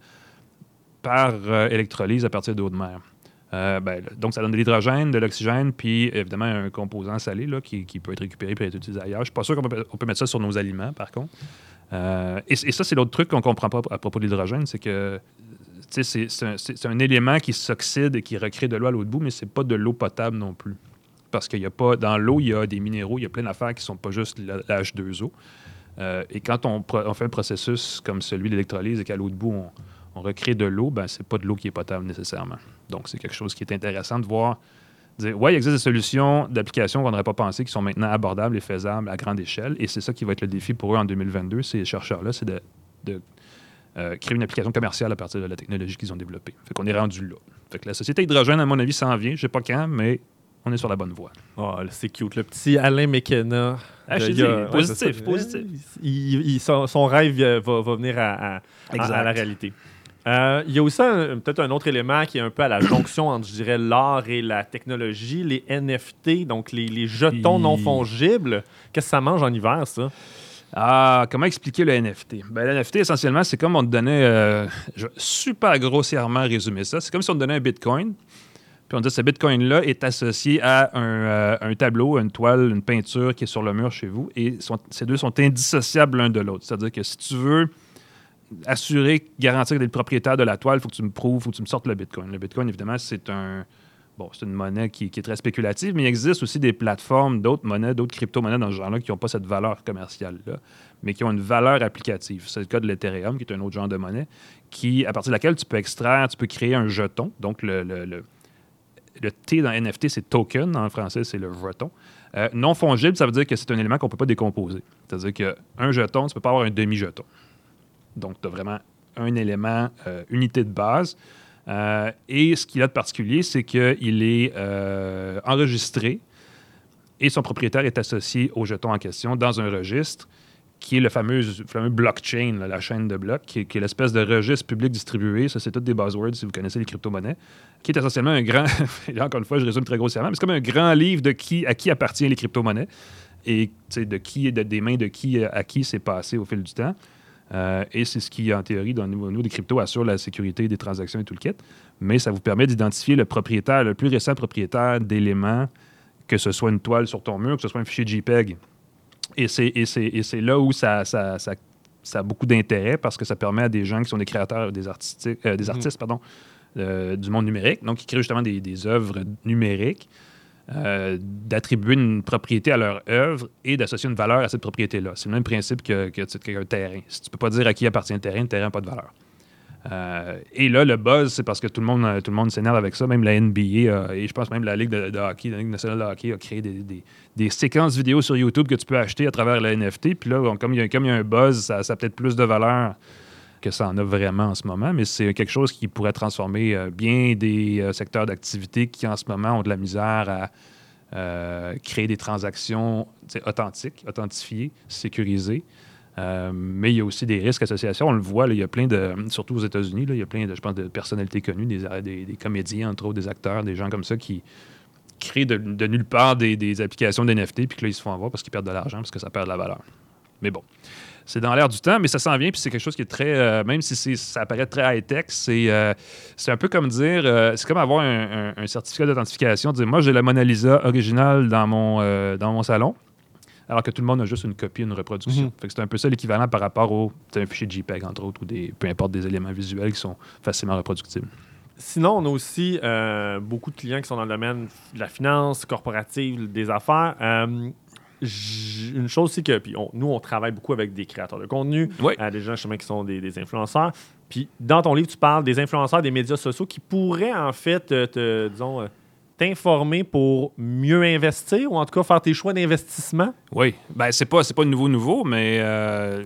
par euh, électrolyse à partir d'eau de mer. Euh, ben, donc, ça donne de l'hydrogène, de l'oxygène, puis évidemment un composant salé là, qui, qui peut être récupéré et être utilisé ailleurs. Je ne suis pas sûr qu'on peut, on peut mettre ça sur nos aliments, par contre. Euh, et, et ça, c'est l'autre truc qu'on ne comprend pas à propos de l'hydrogène, c'est que c'est, c'est, un, c'est un élément qui s'oxyde et qui recrée de l'eau à l'autre bout, mais ce n'est pas de l'eau potable non plus. Parce qu'il y a pas, dans l'eau, il y a des minéraux, il y a plein d'affaires qui ne sont pas juste la, la H deux O. Euh, et quand on, on fait un processus comme celui de l'électrolyse et qu'à l'autre bout, on, on recrée de l'eau, ben, ce n'est pas de l'eau qui est potable nécessairement. Donc, c'est quelque chose qui est intéressant de voir. Dire, ouais, il existe des solutions d'application qu'on n'aurait pas pensé qui sont maintenant abordables et faisables à grande échelle. Et c'est ça qui va être le défi pour eux en deux mille vingt-deux, ces chercheurs-là, c'est de, de euh, créer une application commerciale à partir de la technologie qu'ils ont développée. Fait qu'on est rendu là. Fait que la société hydrogène, à mon avis, s'en vient. Je ne sais pas quand, mais on est sur la bonne voie. Oh, c'est cute. Le petit Alain McKenna. Ah, je dis, positif, ouais, positif. Il, il, son, son rêve va, va venir à, à, à, à la réalité. Euh, il y a aussi un, peut-être un autre élément qui est un peu à la jonction entre, je dirais, l'art et la technologie, les N F T, donc les, les jetons Et... non fongibles. Qu'est-ce que ça mange en hiver, ça? Ah, comment expliquer le N F T? Ben, le N F T, essentiellement, c'est comme on te donnait, euh, je vais super grossièrement résumer ça, c'est comme si on te donnait un Bitcoin, puis on dit que ce Bitcoin-là est associé à un, euh, un tableau, une toile, une peinture qui est sur le mur chez vous, et sont, ces deux sont indissociables l'un de l'autre. C'est-à-dire que si tu veux assurer, garantir d'être le propriétaire de la toile, il faut que tu me prouves, il faut que tu me sortes le Bitcoin. Le Bitcoin, évidemment, c'est un bon, c'est une monnaie qui, qui est très spéculative, mais il existe aussi des plateformes, d'autres monnaies, d'autres crypto-monnaies dans ce genre-là qui n'ont pas cette valeur commerciale-là, mais qui ont une valeur applicative. C'est le cas de l'Ethereum, qui est un autre genre de monnaie, qui, à partir de laquelle tu peux extraire, tu peux créer un jeton. Donc, le, le, le, le T dans N F T, c'est token. En français, c'est le jeton. Euh, non fongible, ça veut dire que c'est un élément qu'on ne peut pas décomposer. C'est-à-dire qu'un jeton, tu ne peux pas avoir un demi-jeton. Donc, tu as vraiment un élément, euh, unité de base. Euh, et ce qu'il a de particulier, c'est qu'il est euh, enregistré et son propriétaire est associé au jeton en question dans un registre qui est le fameux, le fameux blockchain, là, la chaîne de blocs, qui est, qui est l'espèce de registre public distribué. Ça, c'est toutes des buzzwords si vous connaissez les crypto-monnaies, qui est essentiellement un grand... et là, encore une fois, je résume très grossièrement, mais c'est comme un grand livre de qui, à qui appartiennent les crypto-monnaies et de qui, de, des mains de qui à qui c'est passé au fil du temps. Euh, et c'est ce qui, en théorie, dans le niveau des cryptos, assure la sécurité des transactions et tout le kit. Mais ça vous permet d'identifier le propriétaire, le plus récent propriétaire d'éléments, que ce soit une toile sur ton mur, que ce soit un fichier JPEG. Et c'est, et c'est, et c'est là où ça, ça, ça, ça a beaucoup d'intérêt parce que ça permet à des gens qui sont des créateurs, des, artistiques, euh, des artistes, pardon, euh, du monde numérique, donc qui créent justement des, des œuvres numériques, euh, d'attribuer une propriété à leur œuvre et d'associer une valeur à cette propriété-là. C'est le même principe que, que, que un terrain. Si tu ne peux pas dire à qui appartient le terrain, le terrain n'a pas de valeur. Euh, et là, le buzz, c'est parce que tout le monde, tout le monde s'énerve avec ça. Même la N B A euh, et je pense même la Ligue de, de hockey, la Ligue nationale de hockey a créé des, des, des séquences vidéo sur YouTube que tu peux acheter à travers la N F T. Puis là, on, comme il y a, comme il y a un buzz, ça, ça a peut-être plus de valeur que ça en a vraiment en ce moment, mais c'est quelque chose qui pourrait transformer euh, bien des euh, secteurs d'activité qui, en ce moment, ont de la misère à euh, créer des transactions authentiques, authentifiées, sécurisées. Euh, mais il y a aussi des risques associés à ça. On le voit, là, il y a plein de, surtout aux États-Unis, là, il y a plein de, je pense, de personnalités connues, des, des, des comédiens, entre autres, des acteurs, des gens comme ça qui créent de, de nulle part des, des applications d'N F T, puis que là, ils se font avoir parce qu'ils perdent de l'argent, parce que ça perd de la valeur. Mais bon, c'est dans l'air du temps, mais ça s'en vient, puis c'est quelque chose qui est très, euh, même si c'est, ça paraît très high-tech, c'est, euh, c'est un peu comme dire, euh, c'est comme avoir un, un, un certificat d'authentification, dire, moi, j'ai la Mona Lisa originale dans mon, euh, dans mon salon, alors que tout le monde a juste une copie, une reproduction. Mm-hmm. Fait que c'est un peu ça l'équivalent par rapport au un fichier JPEG, entre autres, ou des, peu importe des éléments visuels qui sont facilement reproductibles. Sinon, on a aussi euh, beaucoup de clients qui sont dans le domaine de la finance, corporative, des affaires. Euh, j- une chose aussi que, puis on, nous, on travaille beaucoup avec des créateurs de contenu, oui. euh, des gens justement qui sont des, des influenceurs. Puis dans ton livre, tu parles des influenceurs des médias sociaux qui pourraient, en fait, te, te disons... Euh, t'informer pour mieux investir ou en tout cas faire tes choix d'investissement? Oui. Bien, c'est pas, c'est pas nouveau, nouveau, mais euh,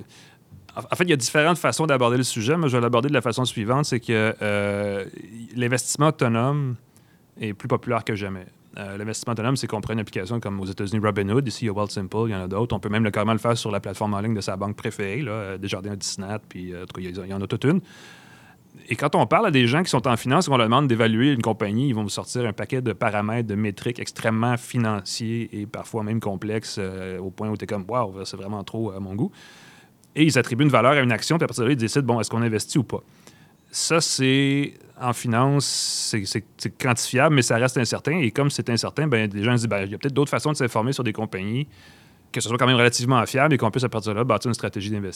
en fait, il y a différentes façons d'aborder le sujet. Moi, je vais l'aborder de la façon suivante, c'est que euh, l'investissement autonome est plus populaire que jamais. Euh, l'investissement autonome, c'est qu'on prend une application comme aux États-Unis, Robinhood. Ici, il y a Wealthsimple, il y en a d'autres. On peut même le, carrément le faire sur la plateforme en ligne de sa banque préférée, là, Desjardins, Disney, puis euh, en tout cas, il y en a toute une. Et quand on parle à des gens qui sont en finance et qu'on leur demande d'évaluer une compagnie, ils vont vous sortir un paquet de paramètres, de métriques extrêmement financiers et parfois même complexes euh, au point où tu es comme « wow, c'est vraiment trop à mon goût ». Et ils attribuent une valeur à une action, puis à partir de là, ils décident « bon, est-ce qu'on investit ou pas ». Ça, c'est, en finance, c'est, c'est, c'est quantifiable, mais ça reste incertain. Et comme c'est incertain, ben, les gens se disent ben, « il y a peut-être d'autres façons de s'informer sur des compagnies, que ce soit quand même relativement fiable et qu'on puisse à partir de là bâtir une stratégie d'investissement ».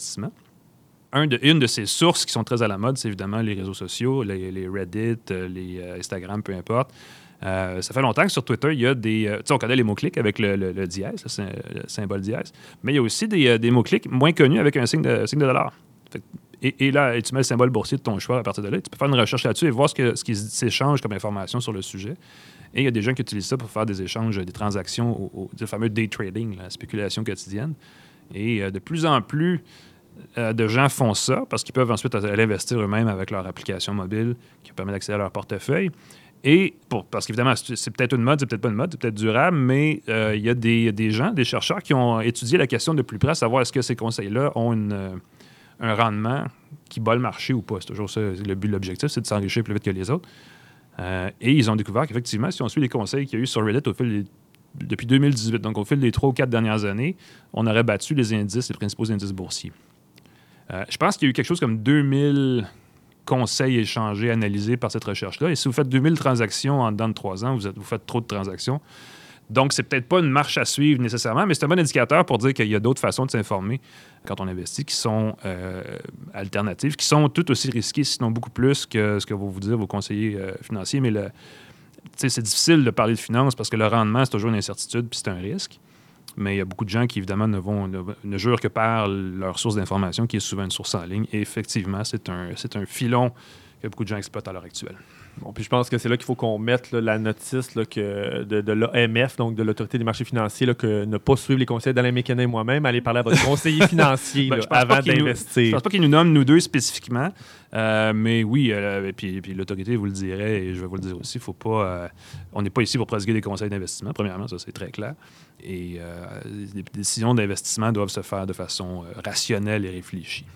Un de, une de ces sources qui sont très à la mode, c'est évidemment les réseaux sociaux, les, les Reddit, les euh, Instagram, peu importe. Euh, ça fait longtemps que sur Twitter, il y a des... Euh, tu sais, on connaît les mots-clics avec le, le, le dièse, c'est le symbole dièse, mais il y a aussi des, euh, des mots-clics moins connus avec un signe de, signe de dollar. Fait, et, et là, tu mets le symbole boursier de ton choix à partir de là. Tu peux faire une recherche là-dessus et voir ce, que, ce qui s'échange comme information sur le sujet. Et il y a des gens qui utilisent ça pour faire des échanges, des transactions, au, au, le fameux day trading, la spéculation quotidienne. Et euh, de plus en plus... Euh, de gens font ça parce qu'ils peuvent ensuite aller investir eux-mêmes avec leur application mobile qui permet d'accéder à leur portefeuille. Et pour, parce qu'évidemment, c'est, c'est peut-être une mode, c'est peut-être pas une mode, c'est peut-être durable, mais euh, il y a des, des gens, des chercheurs qui ont étudié la question de plus près, à savoir est-ce que ces conseils-là ont une, euh, un rendement qui bat le marché ou pas. C'est toujours ça, le but, l'objectif, c'est de s'enrichir plus vite que les autres. Euh, et ils ont découvert qu'effectivement, si on suit les conseils qu'il y a eu sur Reddit au fil des depuis deux mille dix-huit, donc au fil des trois ou quatre dernières années, on aurait battu les indices, les principaux indices boursiers. Euh, je pense qu'il y a eu quelque chose comme deux mille conseils échangés, analysés par cette recherche-là. Et si vous faites deux mille transactions en dedans de trois ans, vous, êtes, vous faites trop de transactions. Donc, c'est peut-être pas une marche à suivre nécessairement, mais c'est un bon indicateur pour dire qu'il y a d'autres façons de s'informer quand on investit qui sont euh, alternatives, qui sont tout aussi risquées, sinon beaucoup plus que ce que vont vous dire vos conseillers euh, financiers. Mais le, c'est difficile de parler de finances parce que le rendement, c'est toujours une incertitude puis c'est un risque. Mais il y a beaucoup de gens qui, évidemment, ne, vont, ne, ne jurent que par leur source d'information, qui est souvent une source en ligne. Et effectivement, c'est un, c'est un filon que beaucoup de gens exploitent à l'heure actuelle. Bon, puis je pense que c'est là qu'il faut qu'on mette là, la notice là, que de, de l'A M F, donc de l'Autorité des marchés financiers, là, que ne pas suivre les conseils d'Alain Mécanin et moi-même, aller parler à votre conseiller financier ben, là, avant d'investir. Nous, je pense pas qu'il nous nomme, nous deux, spécifiquement. Euh, mais oui, euh, et puis, puis l'autorité vous le dirait, et je vais vous le dire aussi, faut pas, euh, on n'est pas ici pour prodiguer des conseils d'investissement, premièrement, ça c'est très clair. Et euh, les décisions d'investissement doivent se faire de façon euh, rationnelle et réfléchie.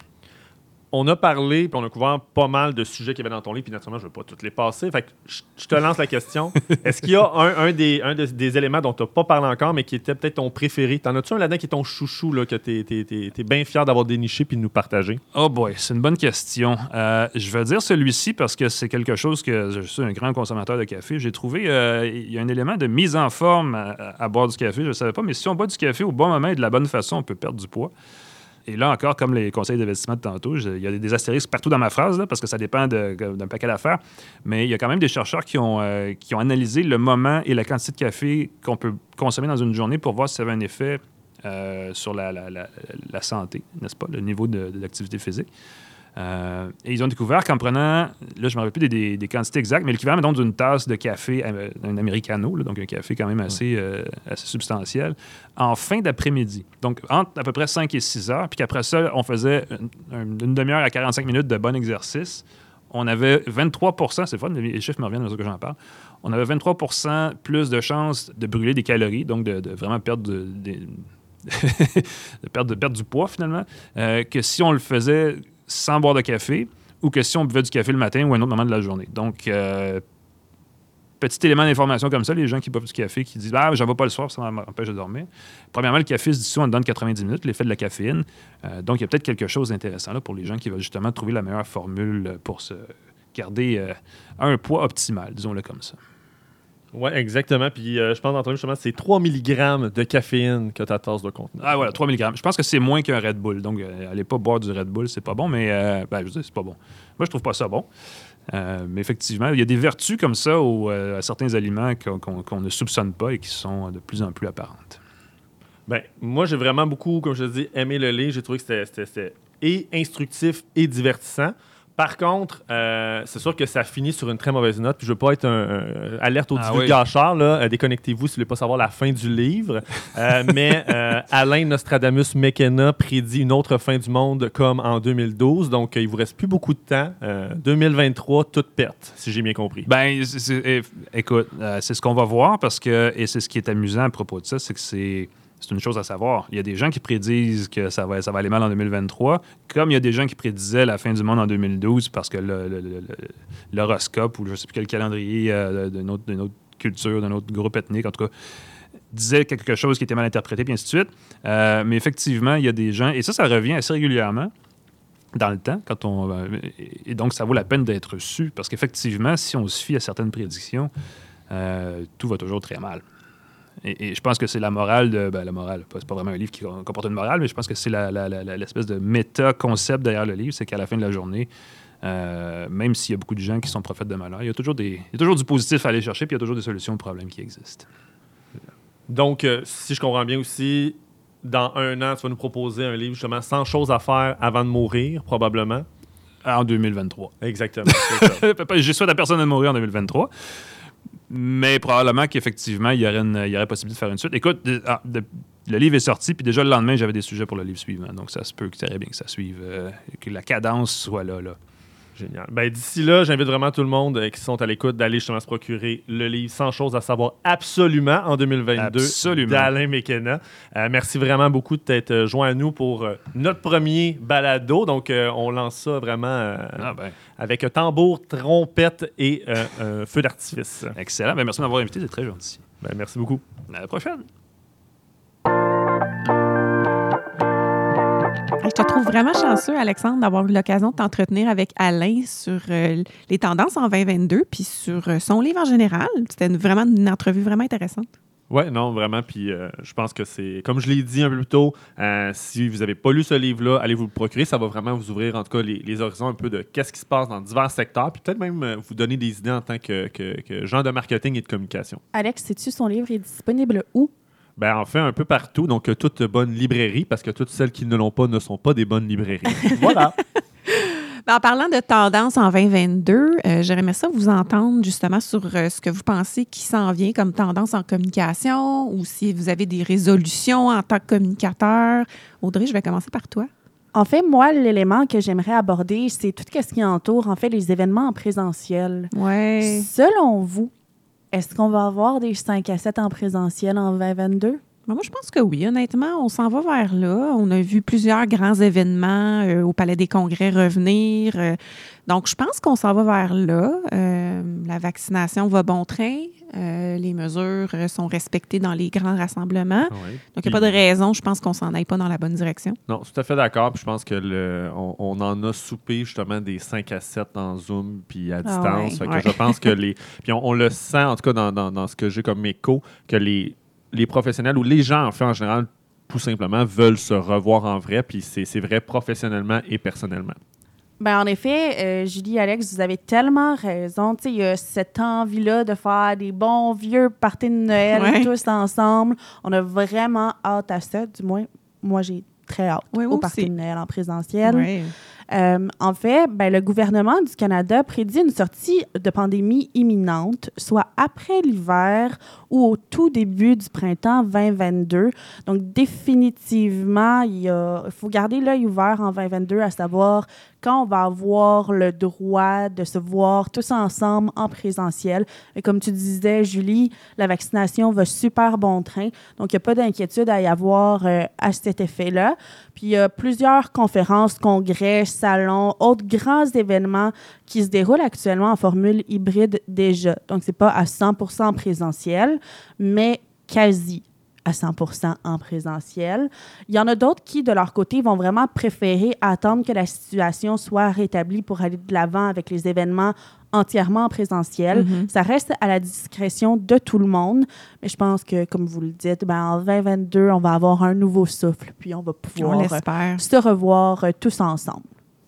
On a parlé, puis on a couvert pas mal de sujets qu'il y avait dans ton livre, puis naturellement, je ne vais pas tous les passer. Fait que je te lance la question. Est-ce qu'il y a un, un, des, un de, des éléments dont tu n'as pas parlé encore, mais qui était peut-être ton préféré? T'en as-tu un là-dedans qui est ton chouchou, là, que tu es bien fier d'avoir déniché puis de nous partager? Oh boy, c'est une bonne question. Euh, je vais dire celui-ci parce que c'est quelque chose que je suis un grand consommateur de café. J'ai trouvé, euh, il y a un élément de mise en forme à, à boire du café. Je ne savais pas, mais si on boit du café au bon moment et de la bonne façon, on peut perdre du poids. Et là encore, comme les conseils d'investissement de tantôt, je, il y a des astérisques partout dans ma phrase, là, parce que ça dépend de, d'un paquet d'affaires. Mais il y a quand même des chercheurs qui ont, euh, qui ont analysé le moment et la quantité de café qu'on peut consommer dans une journée pour voir si ça avait un effet euh, sur la, la, la, la santé, n'est-ce pas, le niveau de, de l'activité physique. Euh, et ils ont découvert qu'en prenant, là, je ne me rappelle plus des, des, des quantités exactes, mais l'équivalent, mettons, d'une tasse de café, un americano, là, donc un café quand même assez, euh, assez substantiel, en fin d'après-midi. Donc, entre à peu près cinq et six heures, puis qu'après ça, on faisait une, une demi-heure à quarante-cinq minutes de bon exercice. On avait vingt-trois pour cent, c'est fun, les chiffres me reviennent dans ce que j'en parle, on avait vingt-trois pour cent plus de chances de brûler des calories, donc de, de vraiment perdre de, de, de, perdre, de perdre du poids, finalement, euh, que si on le faisait sans boire de café, ou que si on buvait du café le matin ou à un autre moment de la journée. Donc, euh, petit élément d'information comme ça, les gens qui boivent du café, qui disent « Ah, j'en vais pas le soir, ça m'empêche de dormir ». Premièrement, le café se dissout en dedans de quatre-vingt-dix minutes, l'effet de la caféine. Euh, donc, il y a peut-être quelque chose d'intéressant là pour les gens qui veulent justement trouver la meilleure formule pour se garder euh, un poids optimal, disons-le comme ça. Oui, exactement. Puis euh, je pense d'entendre justement, c'est trois milligrammes de caféine que ta tasse doit contenir. Ah voilà, trois milligrammes. Je pense que c'est moins qu'un Red Bull. Donc, euh, allez pas boire du Red Bull, c'est pas bon, mais euh, ben, je veux dire, c'est pas bon. Moi, je trouve pas ça bon. Euh, mais effectivement, il y a des vertus comme ça au, euh, à certains aliments qu'on, qu'on, qu'on ne soupçonne pas et qui sont de plus en plus apparentes. Ben, moi, j'ai vraiment beaucoup, comme je te dis, aimé le lait. J'ai trouvé que c'était, c'était, c'était et instructif et divertissant. Par contre, euh, c'est sûr que ça finit sur une très mauvaise note. Puis je veux pas être un, un alerte au ah, divulgateur, oui. là. Euh, déconnectez-vous si vous voulez pas savoir la fin du livre. Euh, mais euh, Alain Nostradamus McKenna prédit une autre fin du monde comme en deux mille douze. Donc, euh, il vous reste plus beaucoup de temps. Euh, deux mille vingt-trois, toute perte, si j'ai bien compris. Ben, c'est, c'est, écoute, euh, c'est ce qu'on va voir parce que, et c'est ce qui est amusant à propos de ça, c'est que c'est... C'est une chose à savoir. Il y a des gens qui prédisent que ça va, ça va aller mal en deux mille vingt-trois, comme il y a des gens qui prédisaient la fin du monde en deux mille douze parce que le, le, le, l'horoscope ou je ne sais plus quel calendrier euh, d'une, autre, d'une autre culture, d'un autre groupe ethnique, en tout cas, disait quelque chose qui était mal interprété, puis ainsi de suite. Euh, mais effectivement, il y a des gens, et ça, ça revient assez régulièrement dans le temps, quand on, euh, et donc ça vaut la peine d'être su, parce qu'effectivement, si on se fie à certaines prédictions, euh, tout va toujours très mal. Et, et je pense que c'est la morale de... Ben, la morale, c'est pas vraiment un livre qui comporte une morale, mais je pense que c'est la, la, la, l'espèce de méta-concept derrière le livre, c'est qu'à la fin de la journée, euh, même s'il y a beaucoup de gens qui sont prophètes de malheur, il y a toujours, des, il y a toujours du positif à aller chercher, puis il y a toujours des solutions aux problèmes qui existent. Donc, euh, si je comprends bien aussi, dans un an, tu vas nous proposer un livre, justement, cent choses à faire avant de mourir, probablement. En deux mille vingt-trois. Exactement. C'est ça. Je souhaite à personne de mourir en deux mille vingt-trois. Mais probablement qu'effectivement, il y aurait, une, il y aurait possibilité de faire une suite. Écoute, de, de, le livre est sorti, puis déjà le lendemain, j'avais des sujets pour le livre suivant. Donc, ça se peut que très bien que ça suive, euh, que la cadence soit là. là. Génial. Ben, d'ici là, j'invite vraiment tout le monde euh, qui sont à l'écoute d'aller justement se procurer le livre cent choses à savoir absolument en deux mille vingt-deux absolument. d'Alain McKenna. Euh, merci vraiment beaucoup de t'être joint à nous pour euh, notre premier balado. Donc, euh, on lance ça vraiment euh, ah ben. avec tambour, trompette et euh, euh, feu d'artifice. Excellent. Ben, merci de m'avoir invité. C'est très gentil. Ben, merci beaucoup. À la prochaine. Je te trouve vraiment chanceux, Alexandre, d'avoir eu l'occasion de t'entretenir avec Alain sur euh, les tendances en vingt vingt-deux puis sur euh, son livre en général. C'était une, vraiment une entrevue vraiment intéressante. Oui, non, vraiment. Puis euh, je pense que c'est, comme je l'ai dit un peu plus tôt, euh, si vous n'avez pas lu ce livre-là, allez vous le procurer. Ça va vraiment vous ouvrir, en tout cas, les, les horizons un peu de qu'est-ce qui se passe dans divers secteurs. Puis peut-être même euh, vous donner des idées en tant que, que, que gens de marketing et de communication. Alex, sais-tu son livre est disponible où? Ben, en fait, un peu partout. Donc, euh, toute bonne librairie, parce que toutes celles qui ne l'ont pas ne sont pas des bonnes librairies. Voilà. Ben, en parlant de tendance en vingt vingt-deux, euh, j'aimerais ça vous entendre justement sur euh, ce que vous pensez qui s'en vient comme tendance en communication ou si vous avez des résolutions en tant que communicateur. Audrey, je vais commencer par toi. En fait, moi, l'élément que j'aimerais aborder, c'est tout ce qui entoure, en fait, les événements en présentiel. Ouais. Selon vous, est-ce qu'on va avoir des cinq à sept en présentiel en vingt vingt-deux? Ben, moi, je pense que oui. Honnêtement, on s'en va vers là. On a vu plusieurs grands événements euh, au Palais des Congrès revenir. Euh, donc, je pense qu'on s'en va vers là. Euh, la vaccination va bon train. Euh, les mesures sont respectées dans les grands rassemblements. Oui. Donc, il n'y a pas de raison, je pense, qu'on s'en aille pas dans la bonne direction. Non, tout à fait d'accord. Puis je pense que le, on, on en a soupé justement des cinq à sept en Zoom puis à distance. Ah ouais, Fait que ouais. je pense que les. Puis on, on le sent, en tout cas, dans, dans, dans ce que j'ai comme écho, que les, les professionnels ou les gens, en fait, en général, tout simplement veulent se revoir en vrai, puis c'est, c'est vrai professionnellement et personnellement. Ben, en effet, euh, Julie, Alex, vous avez tellement raison. Tu sais, il y a cette envie-là de faire des bons vieux parties de Noël ouais. tous ensemble. On a vraiment hâte à ça. Du moins, moi, j'ai très hâte oui, au party de Noël en présentiel. Oui. Euh, en fait, ben, le gouvernement du Canada prédit une sortie de pandémie imminente, soit après l'hiver ou au tout début du printemps vingt vingt-deux. Donc, définitivement, il y a, il faut garder l'œil ouvert en vingt vingt-deux, à savoir quand on va avoir le droit de se voir tous ensemble en présentiel. Et comme tu disais, Julie, la vaccination va super bon train. Donc, il n'y a pas d'inquiétude à y avoir euh, à cet effet-là. Puis, il y a plusieurs conférences, congrès, salons, autres grands événements qui se déroulent actuellement en formule hybride déjà. Donc, ce n'est pas à cent pour cent en présentiel, mais quasi à cent pour cent en présentiel. Il y en a d'autres qui, de leur côté, vont vraiment préférer attendre que la situation soit rétablie pour aller de l'avant avec les événements entièrement en présentiel. Mm-hmm. Ça reste à la discrétion de tout le monde, mais je pense que, comme vous le dites, ben, en vingt vingt-deux, on va avoir un nouveau souffle, puis on va pouvoir on l'espère. se revoir euh, tous ensemble.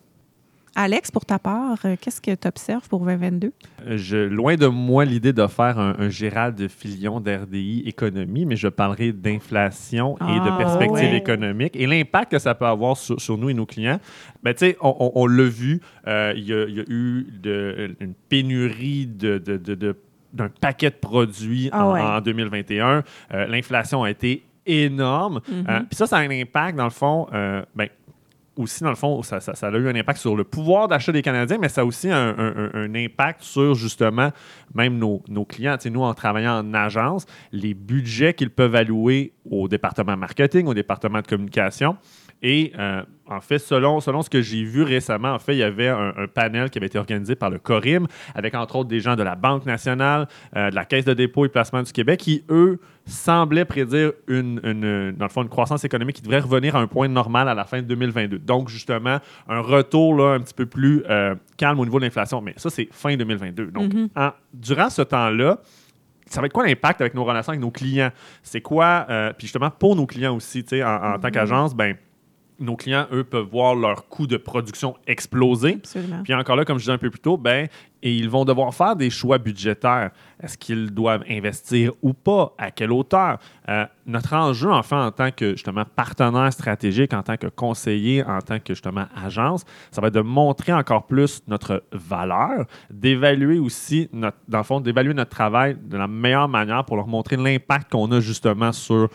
Alex, pour ta part, euh, qu'est-ce que tu observes pour vingt vingt-deux? Je, loin de moi l'idée de faire un, un Gérald Filion d'R D I Économie, mais je parlerai d'inflation ah, et de perspectives ouais. économiques et l'impact que ça peut avoir sur, sur nous et nos clients. Ben, tu sais, on, on, on l'a vu, euh, il y, y a eu de, une pénurie de, de, de, de, d'un paquet de produits ah, en, ouais. en deux mille vingt et un. Euh, l'inflation a été énorme. Mm-hmm. Euh, Puis ça, ça a un impact, dans le fond, euh, ben, aussi, dans le fond, ça, ça, ça a eu un impact sur le pouvoir d'achat des Canadiens, mais ça a aussi un, un, un impact sur, justement, même nos, nos clients. Tu sais, nous, en travaillant en agence, les budgets qu'ils peuvent allouer au département marketing, au département de communication. Et euh, en fait, selon, selon ce que j'ai vu récemment, en fait, il y avait un, un panel qui avait été organisé par le Corim, avec entre autres des gens de la Banque nationale, euh, de la Caisse de dépôt et placement du Québec, qui, eux, semblaient prédire une, une, dans le fond, une croissance économique qui devrait revenir à un point normal à la fin de deux mille vingt-deux. Donc, justement, un retour là, un petit peu plus euh, calme au niveau de l'inflation. Mais ça, c'est fin deux mille vingt-deux. Donc, mm-hmm. en, durant ce temps-là, ça va être quoi l'impact avec nos relations avec nos clients? C'est quoi, euh, puis justement, pour nos clients aussi, tu sais, en, en mm-hmm. tant qu'agence, ben nos clients, eux, peuvent voir leur coût de production exploser. Absolument. Puis encore là, comme je disais un peu plus tôt, ben, et ils vont devoir faire des choix budgétaires. Est-ce qu'ils doivent investir ou pas? À quelle hauteur? Euh, notre enjeu, enfin, en tant que, justement, partenaire stratégique, en tant que conseiller, en tant que, justement, agence, ça va être de montrer encore plus notre valeur, d'évaluer aussi, notre, dans le fond, d'évaluer notre travail de la meilleure manière pour leur montrer l'impact qu'on a, justement, sur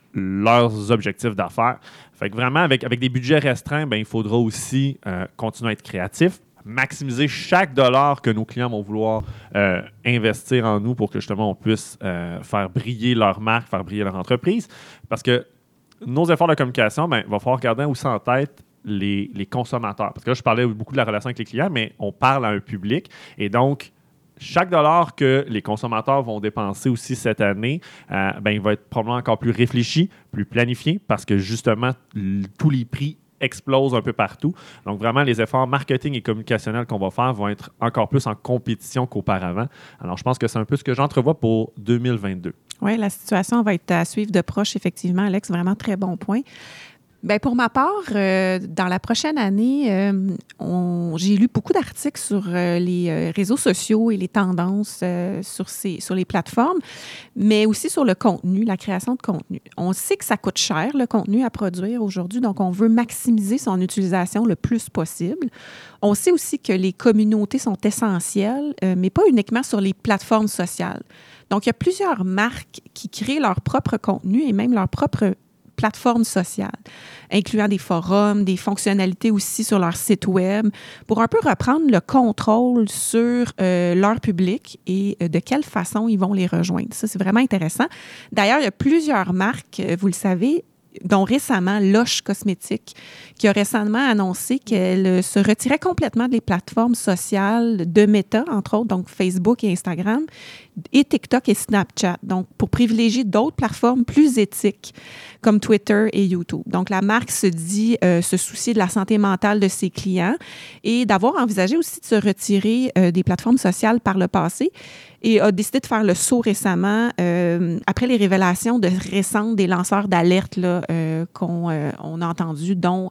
leurs objectifs d'affaires. Fait que vraiment, avec, avec des budgets restreints, ben, il faudra aussi euh, continuer à être créatif, maximiser chaque dollar que nos clients vont vouloir euh, investir en nous pour que justement on puisse euh, faire briller leur marque, faire briller leur entreprise. Parce que nos efforts de communication, ben, il va falloir garder aussi en tête les, les consommateurs. Parce que là, je parlais beaucoup de la relation avec les clients, mais on parle à un public. Et donc, chaque dollar que les consommateurs vont dépenser aussi cette année, euh, ben, il va être probablement encore plus réfléchi, plus planifié, parce que justement, l- tous les prix explosent un peu partout. Donc, vraiment, les efforts marketing et communicationnels qu'on va faire vont être encore plus en compétition qu'auparavant. Alors, je pense que c'est un peu ce que j'entrevois pour deux mille vingt-deux. Oui, la situation va être à suivre de proche, effectivement, Alex. Vraiment très bon point. Bien, pour ma part, euh, dans la prochaine année, euh, on, j'ai lu beaucoup d'articles sur euh, les euh, réseaux sociaux et les tendances euh, sur, ces, sur les plateformes, mais aussi sur le contenu, la création de contenu. On sait que ça coûte cher, le contenu à produire aujourd'hui, donc on veut maximiser son utilisation le plus possible. On sait aussi que les communautés sont essentielles, euh, mais pas uniquement sur les plateformes sociales. Donc, il y a plusieurs marques qui créent leur propre contenu et même leur propre plateformes sociales, incluant des forums, des fonctionnalités aussi sur leur site web, pour un peu reprendre le contrôle sur euh, leur public et euh, de quelle façon ils vont les rejoindre. Ça, c'est vraiment intéressant. D'ailleurs, il y a plusieurs marques, vous le savez, dont récemment Lush Cosmétiques, qui a récemment annoncé qu'elle se retirait complètement des plateformes sociales de Meta, entre autres, donc Facebook et Instagram, et TikTok et Snapchat, donc pour privilégier d'autres plateformes plus éthiques comme Twitter et YouTube. Donc, la marque se dit euh, se soucier de la santé mentale de ses clients et d'avoir envisagé aussi de se retirer euh, des plateformes sociales par le passé et a décidé de faire le saut récemment euh, après les révélations de récentes des lanceurs d'alerte là, euh, qu'on euh, on a entendu, dont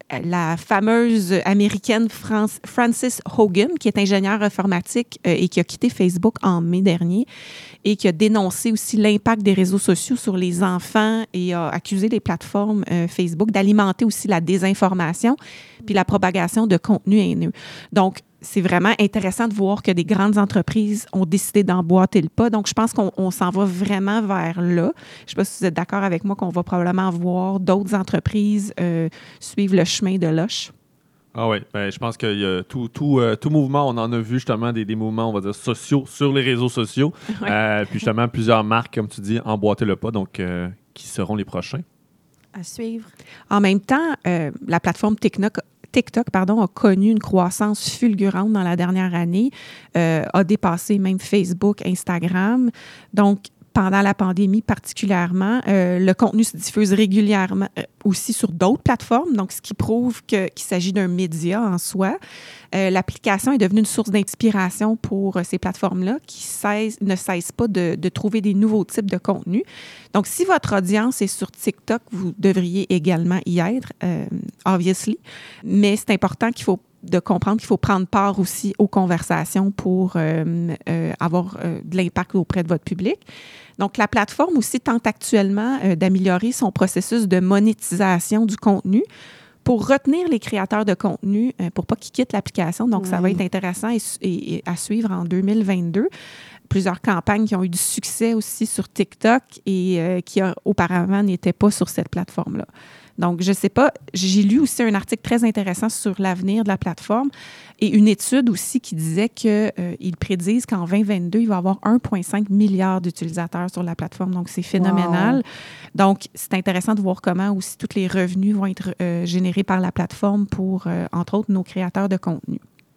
la fameuse américaine France, Frances Haugen, qui est ingénieure informatique euh, et qui a quitté Facebook en mai dernier et qui a dénoncé aussi l'impact des réseaux sociaux sur les enfants et a accusé les plateformes euh, Facebook d'alimenter aussi la désinformation puis la propagation de contenu haineux. Donc, c'est vraiment intéressant de voir que des grandes entreprises ont décidé d'emboîter le pas. Donc, je pense qu'on on s'en va vraiment vers là. Je ne sais pas si vous êtes d'accord avec moi qu'on va probablement voir d'autres entreprises euh, suivre le chemin de Lush. Ah oui, ben, je pense qu'il y a tout, tout, euh, tout mouvement, on en a vu justement des, des mouvements, on va dire, sociaux sur les réseaux sociaux. Ouais. Euh, puis justement, plusieurs marques, comme tu dis, emboîter le pas. Donc, euh, qui seront les prochains? À suivre. En même temps, euh, la plateforme TikTok, TikTok pardon, a connu une croissance fulgurante dans la dernière année, euh, a dépassé même Facebook, Instagram. Donc, pendant la pandémie particulièrement, euh, le contenu se diffuse régulièrement euh, aussi sur d'autres plateformes, donc ce qui prouve que, qu'il s'agit d'un média en soi. Euh, l'application est devenue une source d'inspiration pour euh, ces plateformes-là qui cessent, ne cessent pas de, de trouver des nouveaux types de contenus. Donc, si votre audience est sur TikTok, vous devriez également y être, euh, obviously, mais c'est important qu'il faut de comprendre qu'il faut prendre part aussi aux conversations pour euh, euh, avoir euh, de l'impact auprès de votre public. Donc, la plateforme aussi tente actuellement euh, d'améliorer son processus de monétisation du contenu pour retenir les créateurs de contenu, euh, pour pas qu'ils quittent l'application. Donc, oui. Ça va être intéressant et, et, et à suivre en deux mille vingt-deux. Plusieurs campagnes qui ont eu du succès aussi sur TikTok et euh, qui a, auparavant n'étaient pas sur cette plateforme-là. Donc, je ne sais pas, j'ai lu aussi un article très intéressant sur l'avenir de la plateforme et une étude aussi qui disait qu'ils euh, prédisent qu'en vingt vingt-deux, il va y avoir un virgule cinq milliard d'utilisateurs sur la plateforme. Donc, c'est phénoménal. Wow. Donc, c'est intéressant de voir comment aussi tous les revenus vont être euh, générés par la plateforme pour, euh, entre autres, nos créateurs de contenu.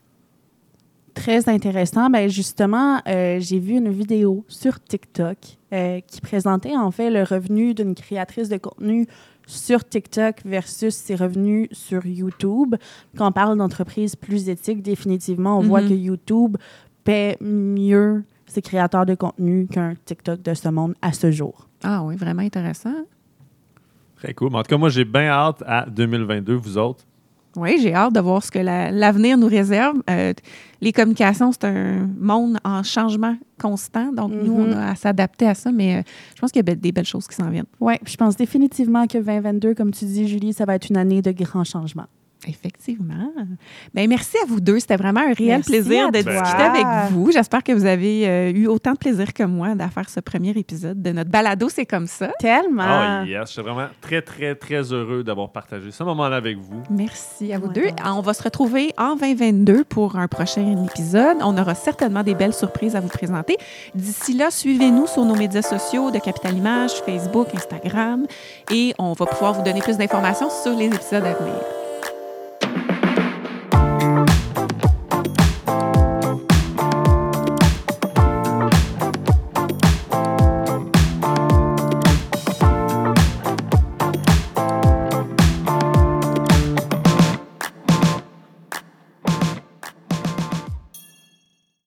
Très intéressant. Bien, justement, euh, j'ai vu une vidéo sur TikTok euh, qui présentait en fait le revenu d'une créatrice de contenu sur TikTok versus ses revenus sur YouTube. Quand on parle d'entreprises plus éthiques, définitivement, on mm-hmm. voit que YouTube paie mieux ses créateurs de contenu qu'un TikTok de ce monde à ce jour. Ah oui, vraiment intéressant. Très cool. Mais en tout cas, moi, j'ai bien hâte à deux mille vingt-deux, vous autres. Oui, j'ai hâte de voir ce que la, l'avenir nous réserve. Euh, les communications, c'est un monde en changement constant. Donc, mm-hmm. nous, on a à s'adapter à ça, mais euh, je pense qu'il y a des belles choses qui s'en viennent. Oui, je pense définitivement que vingt vingt-deux, comme tu dis, Julie, ça va être une année de grands changements. Effectivement. Bien, merci à vous deux. C'était vraiment un réel merci plaisir de discuter avec vous. J'espère que vous avez euh, eu autant de plaisir que moi d'à faire ce premier épisode de notre balado. C'est comme ça. Tellement. Oh yes, je suis vraiment très, très, très heureux d'avoir partagé ce moment-là avec vous. Merci à vous ouais, deux. Ouais. On va se retrouver en vingt vingt-deux pour un prochain épisode. On aura certainement des belles surprises à vous présenter. D'ici là, suivez-nous sur nos médias sociaux de Capital Image, Facebook, Instagram, et on va pouvoir vous donner plus d'informations sur les épisodes à venir.